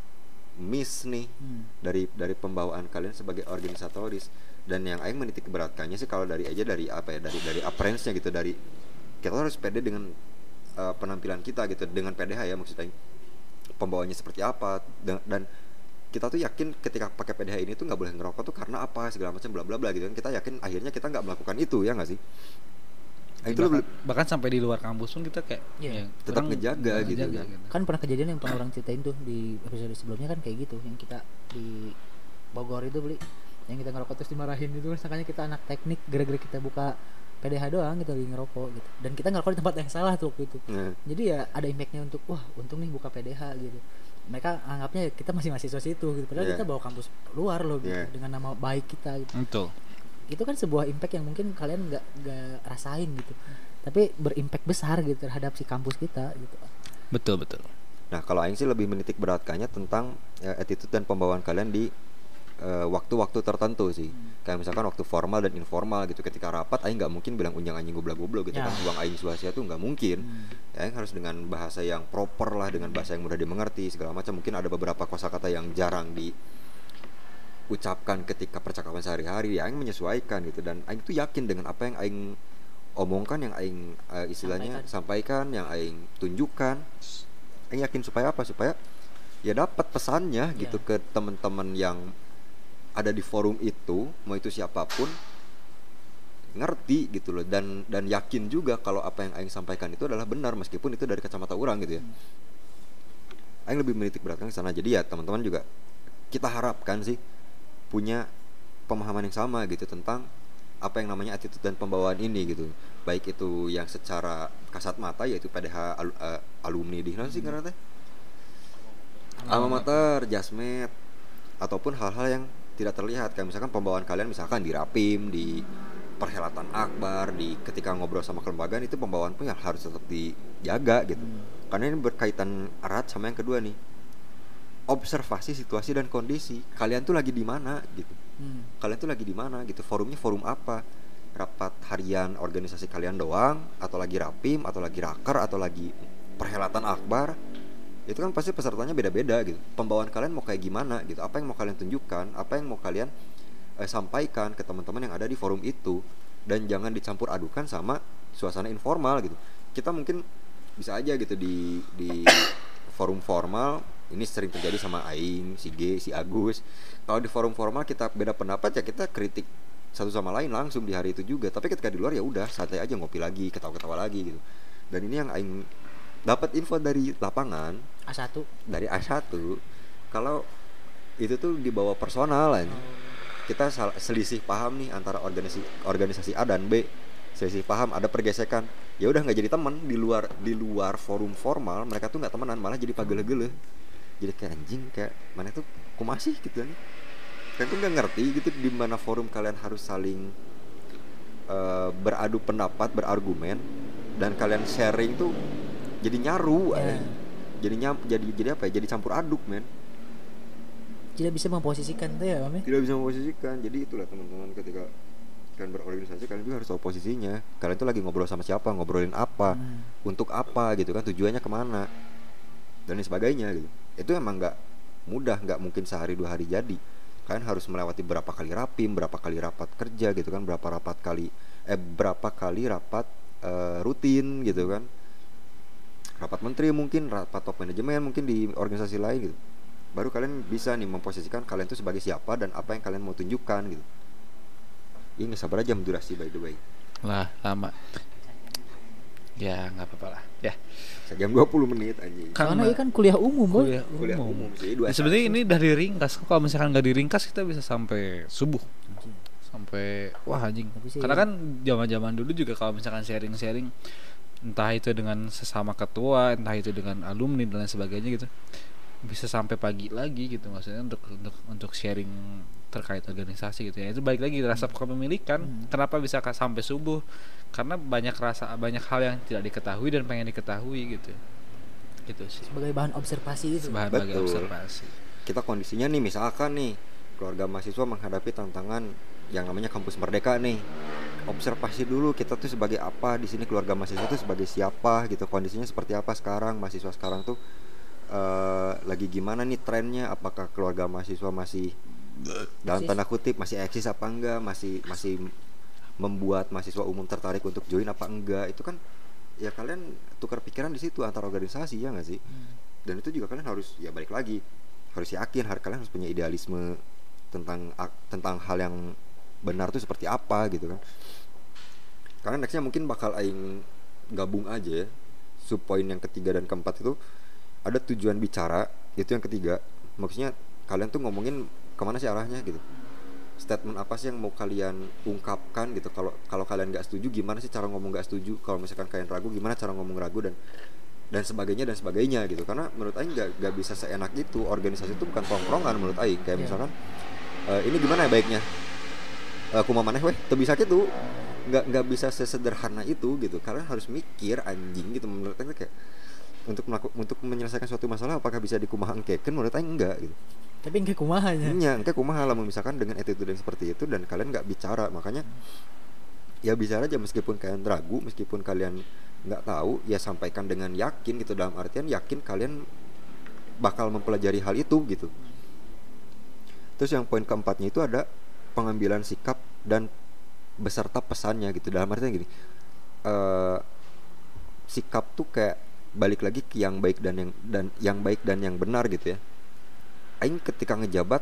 miss nih hmm. dari dari pembawaan kalian sebagai organisatoris. Dan yang aing menitik beratkannya sih kalau dari aja dari apa ya dari dari appearance-nya gitu, dari kita harus pede dengan uh, penampilan kita gitu dengan P D H ya maksudnya pembawaannya seperti apa dan, dan kita tuh yakin ketika pakai P D H ini tuh nggak boleh ngerokok tuh karena apa segala macam bla bla bla gitu kan. Kita yakin akhirnya kita nggak melakukan itu ya nggak sih. Nah, itu bahkan, bahkan sampai di luar kampus pun kita kayak yeah. ya, tetap ngejaga gitu kan. gitu. Kan pernah kejadian yang pernah orang ceritain tuh di episode sebelumnya kan kayak gitu, yang kita di Bogor itu beli yang kita ngerokok terus dimarahin itu kan, makanya kita anak teknik gara-gara kita buka P D H doang gitu lagi ngerokok gitu. Dan kita ngerokok di tempat yang salah tuh waktu itu. Hmm. Jadi ya ada impactnya untuk wah untung nih buka P D H gitu. Mereka anggapnya kita masih mahasiswa situ gitu. Padahal yeah. kita bawa kampus luar loh gitu yeah. dengan nama baik kita gitu. Betul. Itu kan sebuah impact yang mungkin kalian nggak nggak rasain gitu, tapi berimpact besar gitu terhadap si kampus kita gitu. Betul betul. Nah kalau aing sih lebih menitik beratkannya tentang ya, attitude dan pembawaan kalian di uh, waktu-waktu tertentu sih. Hmm. Kayak misalkan waktu formal dan informal gitu. Ketika rapat aing nggak mungkin bilang unjang anjing goblok-goblok gitu ya. Kan uang aing suasia tuh nggak mungkin. Hmm. Ya, aing harus dengan bahasa yang proper lah, dengan bahasa yang mudah dimengerti segala macam. Mungkin ada beberapa kosakata yang jarang di ucapkan ketika percakapan sehari-hari ya aing menyesuaikan gitu. Dan aing tuh yakin dengan apa yang aing omongkan, yang aing uh, istilahnya sampaikan. sampaikan, yang aing tunjukkan. Aing yakin supaya apa? Supaya ya dapat pesannya yeah. gitu ke teman-teman yang ada di forum itu, mau itu siapapun ngerti gitu loh, dan dan yakin juga kalau apa yang aing sampaikan itu adalah benar meskipun itu dari kacamata orang gitu ya. Hmm. Aing lebih menitik beratkan ke sana. Jadi ya teman-teman juga kita harapkan sih punya pemahaman yang sama gitu tentang apa yang namanya attitude dan pembawaan ini gitu. Baik itu yang secara kasat mata yaitu P D H al, uh, alumni di mana sih karena teh alma mater, jasmet, ataupun hal-hal yang tidak terlihat kayak misalkan pembawaan kalian misalkan di Rapim, di perhelatan akbar, di ketika ngobrol sama kelembagaan, itu pembawaan pun yang harus tetap dijaga gitu. Hmm. Karena ini berkaitan erat sama yang kedua nih. Observasi situasi dan kondisi. Kalian tuh lagi di mana gitu. Hmm. Kalian tuh lagi di mana gitu. Forumnya forum apa? Rapat harian organisasi kalian doang, atau lagi Rapim, atau lagi raker, atau lagi perhelatan akbar. Itu kan pasti pesertanya beda-beda gitu. Pembawaan kalian mau kayak gimana gitu. Apa yang mau kalian tunjukkan, apa yang mau kalian eh, sampaikan ke teman-teman yang ada di forum itu. Dan jangan dicampur adukan sama suasana informal gitu. Kita mungkin bisa aja gitu di di forum formal. Ini sering terjadi sama Aing, si G, si Agus. Kalau di forum formal kita beda pendapat ya kita kritik satu sama lain langsung di hari itu juga. Tapi ketika di luar ya udah santai aja ngopi lagi, ketawa-ketawa lagi gitu. Dan ini yang Aing dapat info dari lapangan, A satu. dari A satu, kalau itu tuh dibawa personal kan. Kita sal- selisih paham nih antara organisasi organisasi A dan B, selisih paham, ada pergesekan, ya udah nggak jadi teman. Di luar di luar forum formal mereka tuh nggak temenan, malah jadi pagele-gele, jadi kayak anjing, kayak mana tuh kumasih gitu kan. Kalian tuh nggak ngerti gitu di mana forum kalian harus saling uh, beradu pendapat, berargumen, dan kalian sharing tuh jadi nyaru, Ya. eh. jadi nyam, jadi jadi apa ya, jadi campur aduk men. Tidak bisa memposisikan tuh ya, Om ya. Tidak bisa memposisikan. Jadi itulah teman-teman, ketika kalian berorganisasi, kalian juga harus tahu posisinya. Kalian tuh lagi ngobrol sama siapa, ngobrolin apa, hmm. untuk apa gitu kan, tujuannya kemana, dan lain sebagainya gitu. Itu emang nggak mudah, nggak mungkin sehari dua hari jadi. Kalian harus melewati berapa kali rapim, berapa kali rapat kerja gitu kan, berapa rapat kali eh berapa kali rapat uh, rutin gitu kan, rapat menteri mungkin, rapat top manajemen mungkin di organisasi lain gitu. Baru kalian bisa nih memposisikan kalian tuh sebagai siapa dan apa yang kalian mau tunjukkan gitu. Ini sabar aja durasi by the way. Lah, lama. Ya, nggak apa-apa lah. Ya. Sejam dua puluh menit anjing. Karena ini kan kuliah umum, Boy. Kuliah, Kuliah umum. umum sih, dua Ya, sebenarnya ini dari ringkas. Kalau misalkan nggak diringkas kita bisa sampai subuh. Sampai wah anjing. Karena kan zaman-zaman dulu juga kalau misalkan sharing-sharing, entah itu dengan sesama ketua, entah itu dengan alumni dan lain sebagainya gitu, bisa sampai pagi lagi gitu, maksudnya untuk untuk untuk sharing terkait organisasi gitu ya. Itu balik lagi rasa kepemilikan. Hmm. Kenapa bisa sampai subuh? Karena banyak rasa, banyak hal yang tidak diketahui dan pengen diketahui gitu. Gitu sih. Sebagai bahan observasi itu. Sebagai bahan observasi. Kita kondisinya nih, misalkan nih keluarga mahasiswa menghadapi tantangan yang namanya kampus merdeka nih. Observasi dulu kita tuh sebagai apa di sini, keluarga mahasiswa tuh sebagai siapa gitu, kondisinya seperti apa sekarang, mahasiswa sekarang tuh Uh, lagi gimana nih trennya, apakah keluarga mahasiswa masih dalam tanda kutip masih eksis apa enggak, masih masih membuat mahasiswa umum tertarik untuk join apa enggak. Itu kan ya kalian tukar pikiran di situ antar organisasi, ya nggak sih? Hmm. Dan itu juga kalian harus ya balik lagi harus yakin, harus kalian harus punya idealisme tentang tentang hal yang benar tuh seperti apa gitu kan. Karena nextnya mungkin bakal aing gabung aja ya, sub poin yang ketiga dan keempat itu ada tujuan bicara, itu yang ketiga. Maksudnya kalian tuh ngomongin kemana sih arahnya gitu, statement apa sih yang mau kalian ungkapkan gitu. Kalau kalau kalian nggak setuju, gimana sih cara ngomong nggak setuju. Kalau misalkan kalian ragu, gimana cara ngomong ragu, dan dan sebagainya dan sebagainya gitu. Karena menurut Aing nggak nggak bisa seenak itu. Organisasi itu bukan tongkrongan menurut Aing. Kayak yeah. misalkan uh, ini gimana ya baiknya, uh, kumaha maneh weh, tuh bisa gitu. Nggak nggak bisa sesederhana itu gitu. Kalian harus mikir anjing gitu. Menurut Aing kayak untuk melaku, untuk menyelesaikan suatu masalah apakah bisa dikumaha engkeken, menurut Aing enggak gitu. Tapi engke kumahanya. Iya, engke kumaha lah misalkan dengan attitude yang seperti itu dan kalian nggak bicara. Makanya ya bicara aja meskipun kalian ragu, meskipun kalian nggak tahu, ya sampaikan dengan yakin gitu, dalam artian yakin kalian bakal mempelajari hal itu gitu. Terus yang poin keempatnya itu ada pengambilan sikap dan beserta pesannya gitu. Dalam artian gini, uh, sikap tuh kayak balik lagi ke yang baik dan yang dan yang baik dan yang benar gitu ya. Aing ketika ngejabat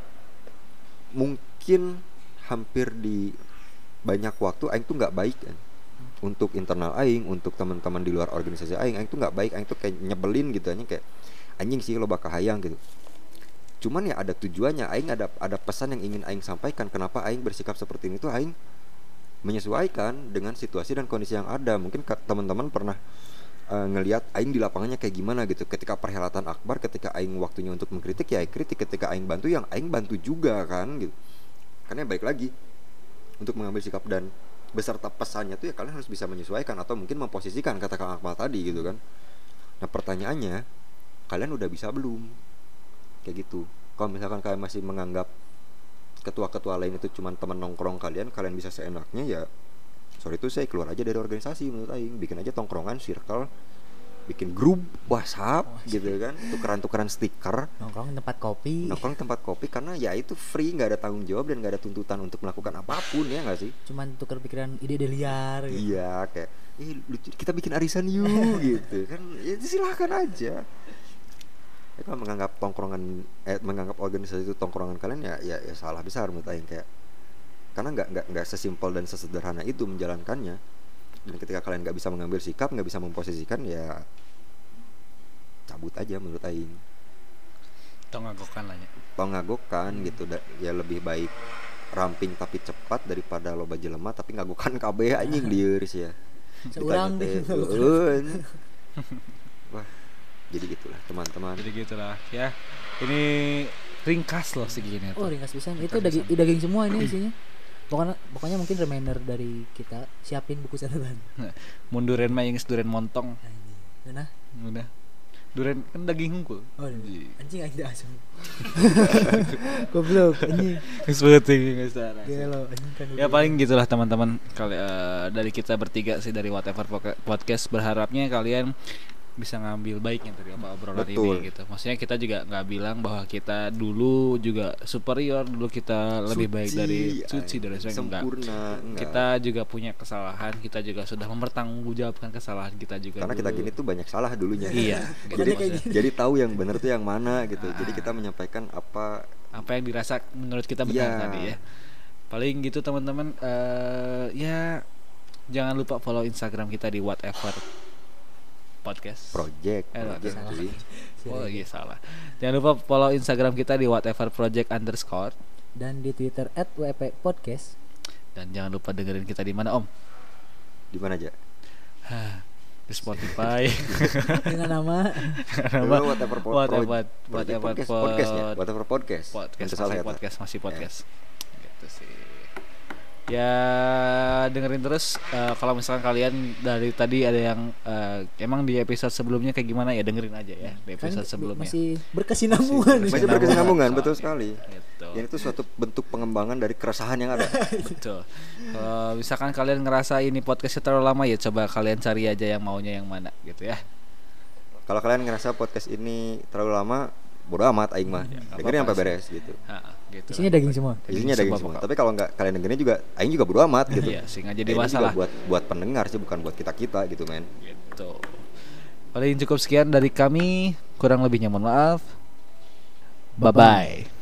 mungkin hampir di banyak waktu Aing tuh nggak baik kan, untuk internal Aing, untuk teman-teman di luar organisasi Aing, Aing tuh nggak baik, Aing tuh kayak nyebelin gitu aja, kayak anjing sih lo bakal hayang gitu. Cuman ya ada tujuannya, Aing ada ada pesan yang ingin Aing sampaikan. Kenapa Aing bersikap seperti ini tuh Aing menyesuaikan dengan situasi dan kondisi yang ada. Mungkin teman-teman pernah Uh, ngelihat Aing di lapangannya kayak gimana gitu. Ketika perhelatan akbar, ketika Aing waktunya untuk mengkritik ya Aing kritik, ketika Aing bantu yang Aing bantu juga kan gitu. Karena balik lagi untuk mengambil sikap dan beserta pesannya tuh ya kalian harus bisa menyesuaikan atau mungkin memposisikan, kata Kang Akmal tadi gitu kan. Nah pertanyaannya, kalian udah bisa belum kayak gitu? Kalau misalkan kalian masih menganggap ketua-ketua lain itu cuma teman nongkrong kalian, kalian bisa seenaknya, ya sorry itu saya keluar aja dari organisasi menurut Aing. Bikin aja tongkrongan, circle, bikin grup WhatsApp oh, gitu kan, tukeran-tukeran stiker, nongkrong tempat kopi, nongkrong tempat kopi, karena ya itu free, nggak ada tanggung jawab dan nggak ada tuntutan untuk melakukan apapun, ya nggak sih? Cuman tukar pikiran, ide-ide liar gitu. Iya, kayak eh, lucu, kita bikin arisan yuk gitu kan, ya silahkan aja. Ya, kalau menganggap tongkrongan eh, menganggap organisasi itu tongkrongan kalian ya ya, ya salah besar menurut Aing. Kayak karena nggak nggak nggak sesimpel dan sesederhana itu menjalankannya. Dan ketika kalian nggak bisa mengambil sikap, nggak bisa memposisikan, ya cabut aja menurut aing. Tong ngagokan lah nya. Tong ngagokan gitu da, ya lebih baik ramping tapi cepat daripada loba jelema tapi ngagokan kabeh anjing dieu ya. Seurang Ditanya teh, di- eueun. Wah, jadi gitulah teman-teman. Jadi gitulah ya. Ini ringkas loh segini Oh tuh. ringkas pisan. Ringkas Itu daging pisan. daging semua ini isinya. Pokoknya pokoknya mungkin reminder dari kita siapin buku catatan. Munduren mah yang duren montong. Anjing. Nah, Udah. Duren kan daging hungkul. oh Ji. anjing aja asam. Goblok anjing. Geus beuting geus tara. Gelo anjing kan. Ya paling gitulah teman-teman. Kali eh, dari kita bertiga sih dari Whatever Poca- Podcast berharapnya kalian bisa ngambil baiknya dari apa obrolan Betul. ini gitu. Maksudnya kita juga nggak bilang bahwa kita dulu juga superior, dulu kita lebih baik dari suci dari anjing, saya enggak. sempurna enggak. Kita juga punya kesalahan, kita juga sudah mempertanggungjawabkan kesalahan kita juga. Karena kita dulu. gini tuh banyak salah dulunya. Iya. gitu jadi maksudnya. jadi tahu yang benar tuh yang mana gitu. Ah. Jadi kita menyampaikan apa Apa yang dirasa menurut kita benar Iya. tadi ya. Paling gitu teman-teman. Eh ya jangan lupa follow Instagram kita di Whatever Podcast. project, Eh, project salah. cuy. Oh iya salah. Jangan lupa follow Instagram kita di whatever project underscore. Dan di Twitter at W P Podcast. Dan jangan lupa dengerin kita di mana Om? Di mana aja? Hah, di Spotify. Dengan nama Nama whatever po- whatever project whatever podcast, pod- podcastnya, whatever podcast. podcast Itu salah masih ya, Tak? podcast masih podcast. Gitu sih. Ya dengerin terus eh, kalau misalkan kalian dari tadi ada yang eh, emang di episode sebelumnya kayak gimana ya dengerin aja ya di kan episode sebelumnya. masih berkesinambungan. Masih Berkesinambungan berkesinambungan, betul soalnya. sekali. Gitu. Yang itu suatu bentuk pengembangan dari keresahan yang ada. Betul. Kalau misalkan kalian ngerasa ini podcastnya terlalu lama ya coba kalian cari aja yang maunya yang mana gitu ya. Kalau kalian ngerasa podcast ini terlalu lama, bodo amat aing mah. Ya, nggak Dengerin apa-apa sampai sih. beres gitu. Ha, gitu. Isinya daging semua. Isinya daging semua. pokok. Tapi kalau nggak kalian dengerin juga, aing juga bodo amat gitu. Iya, sih nggak jadi Ini juga masalah. buat buat pendengar sih, bukan buat kita kita gitu men. Gitu. Paling cukup sekian dari kami. Kurang lebihnya mohon maaf. Bye bye.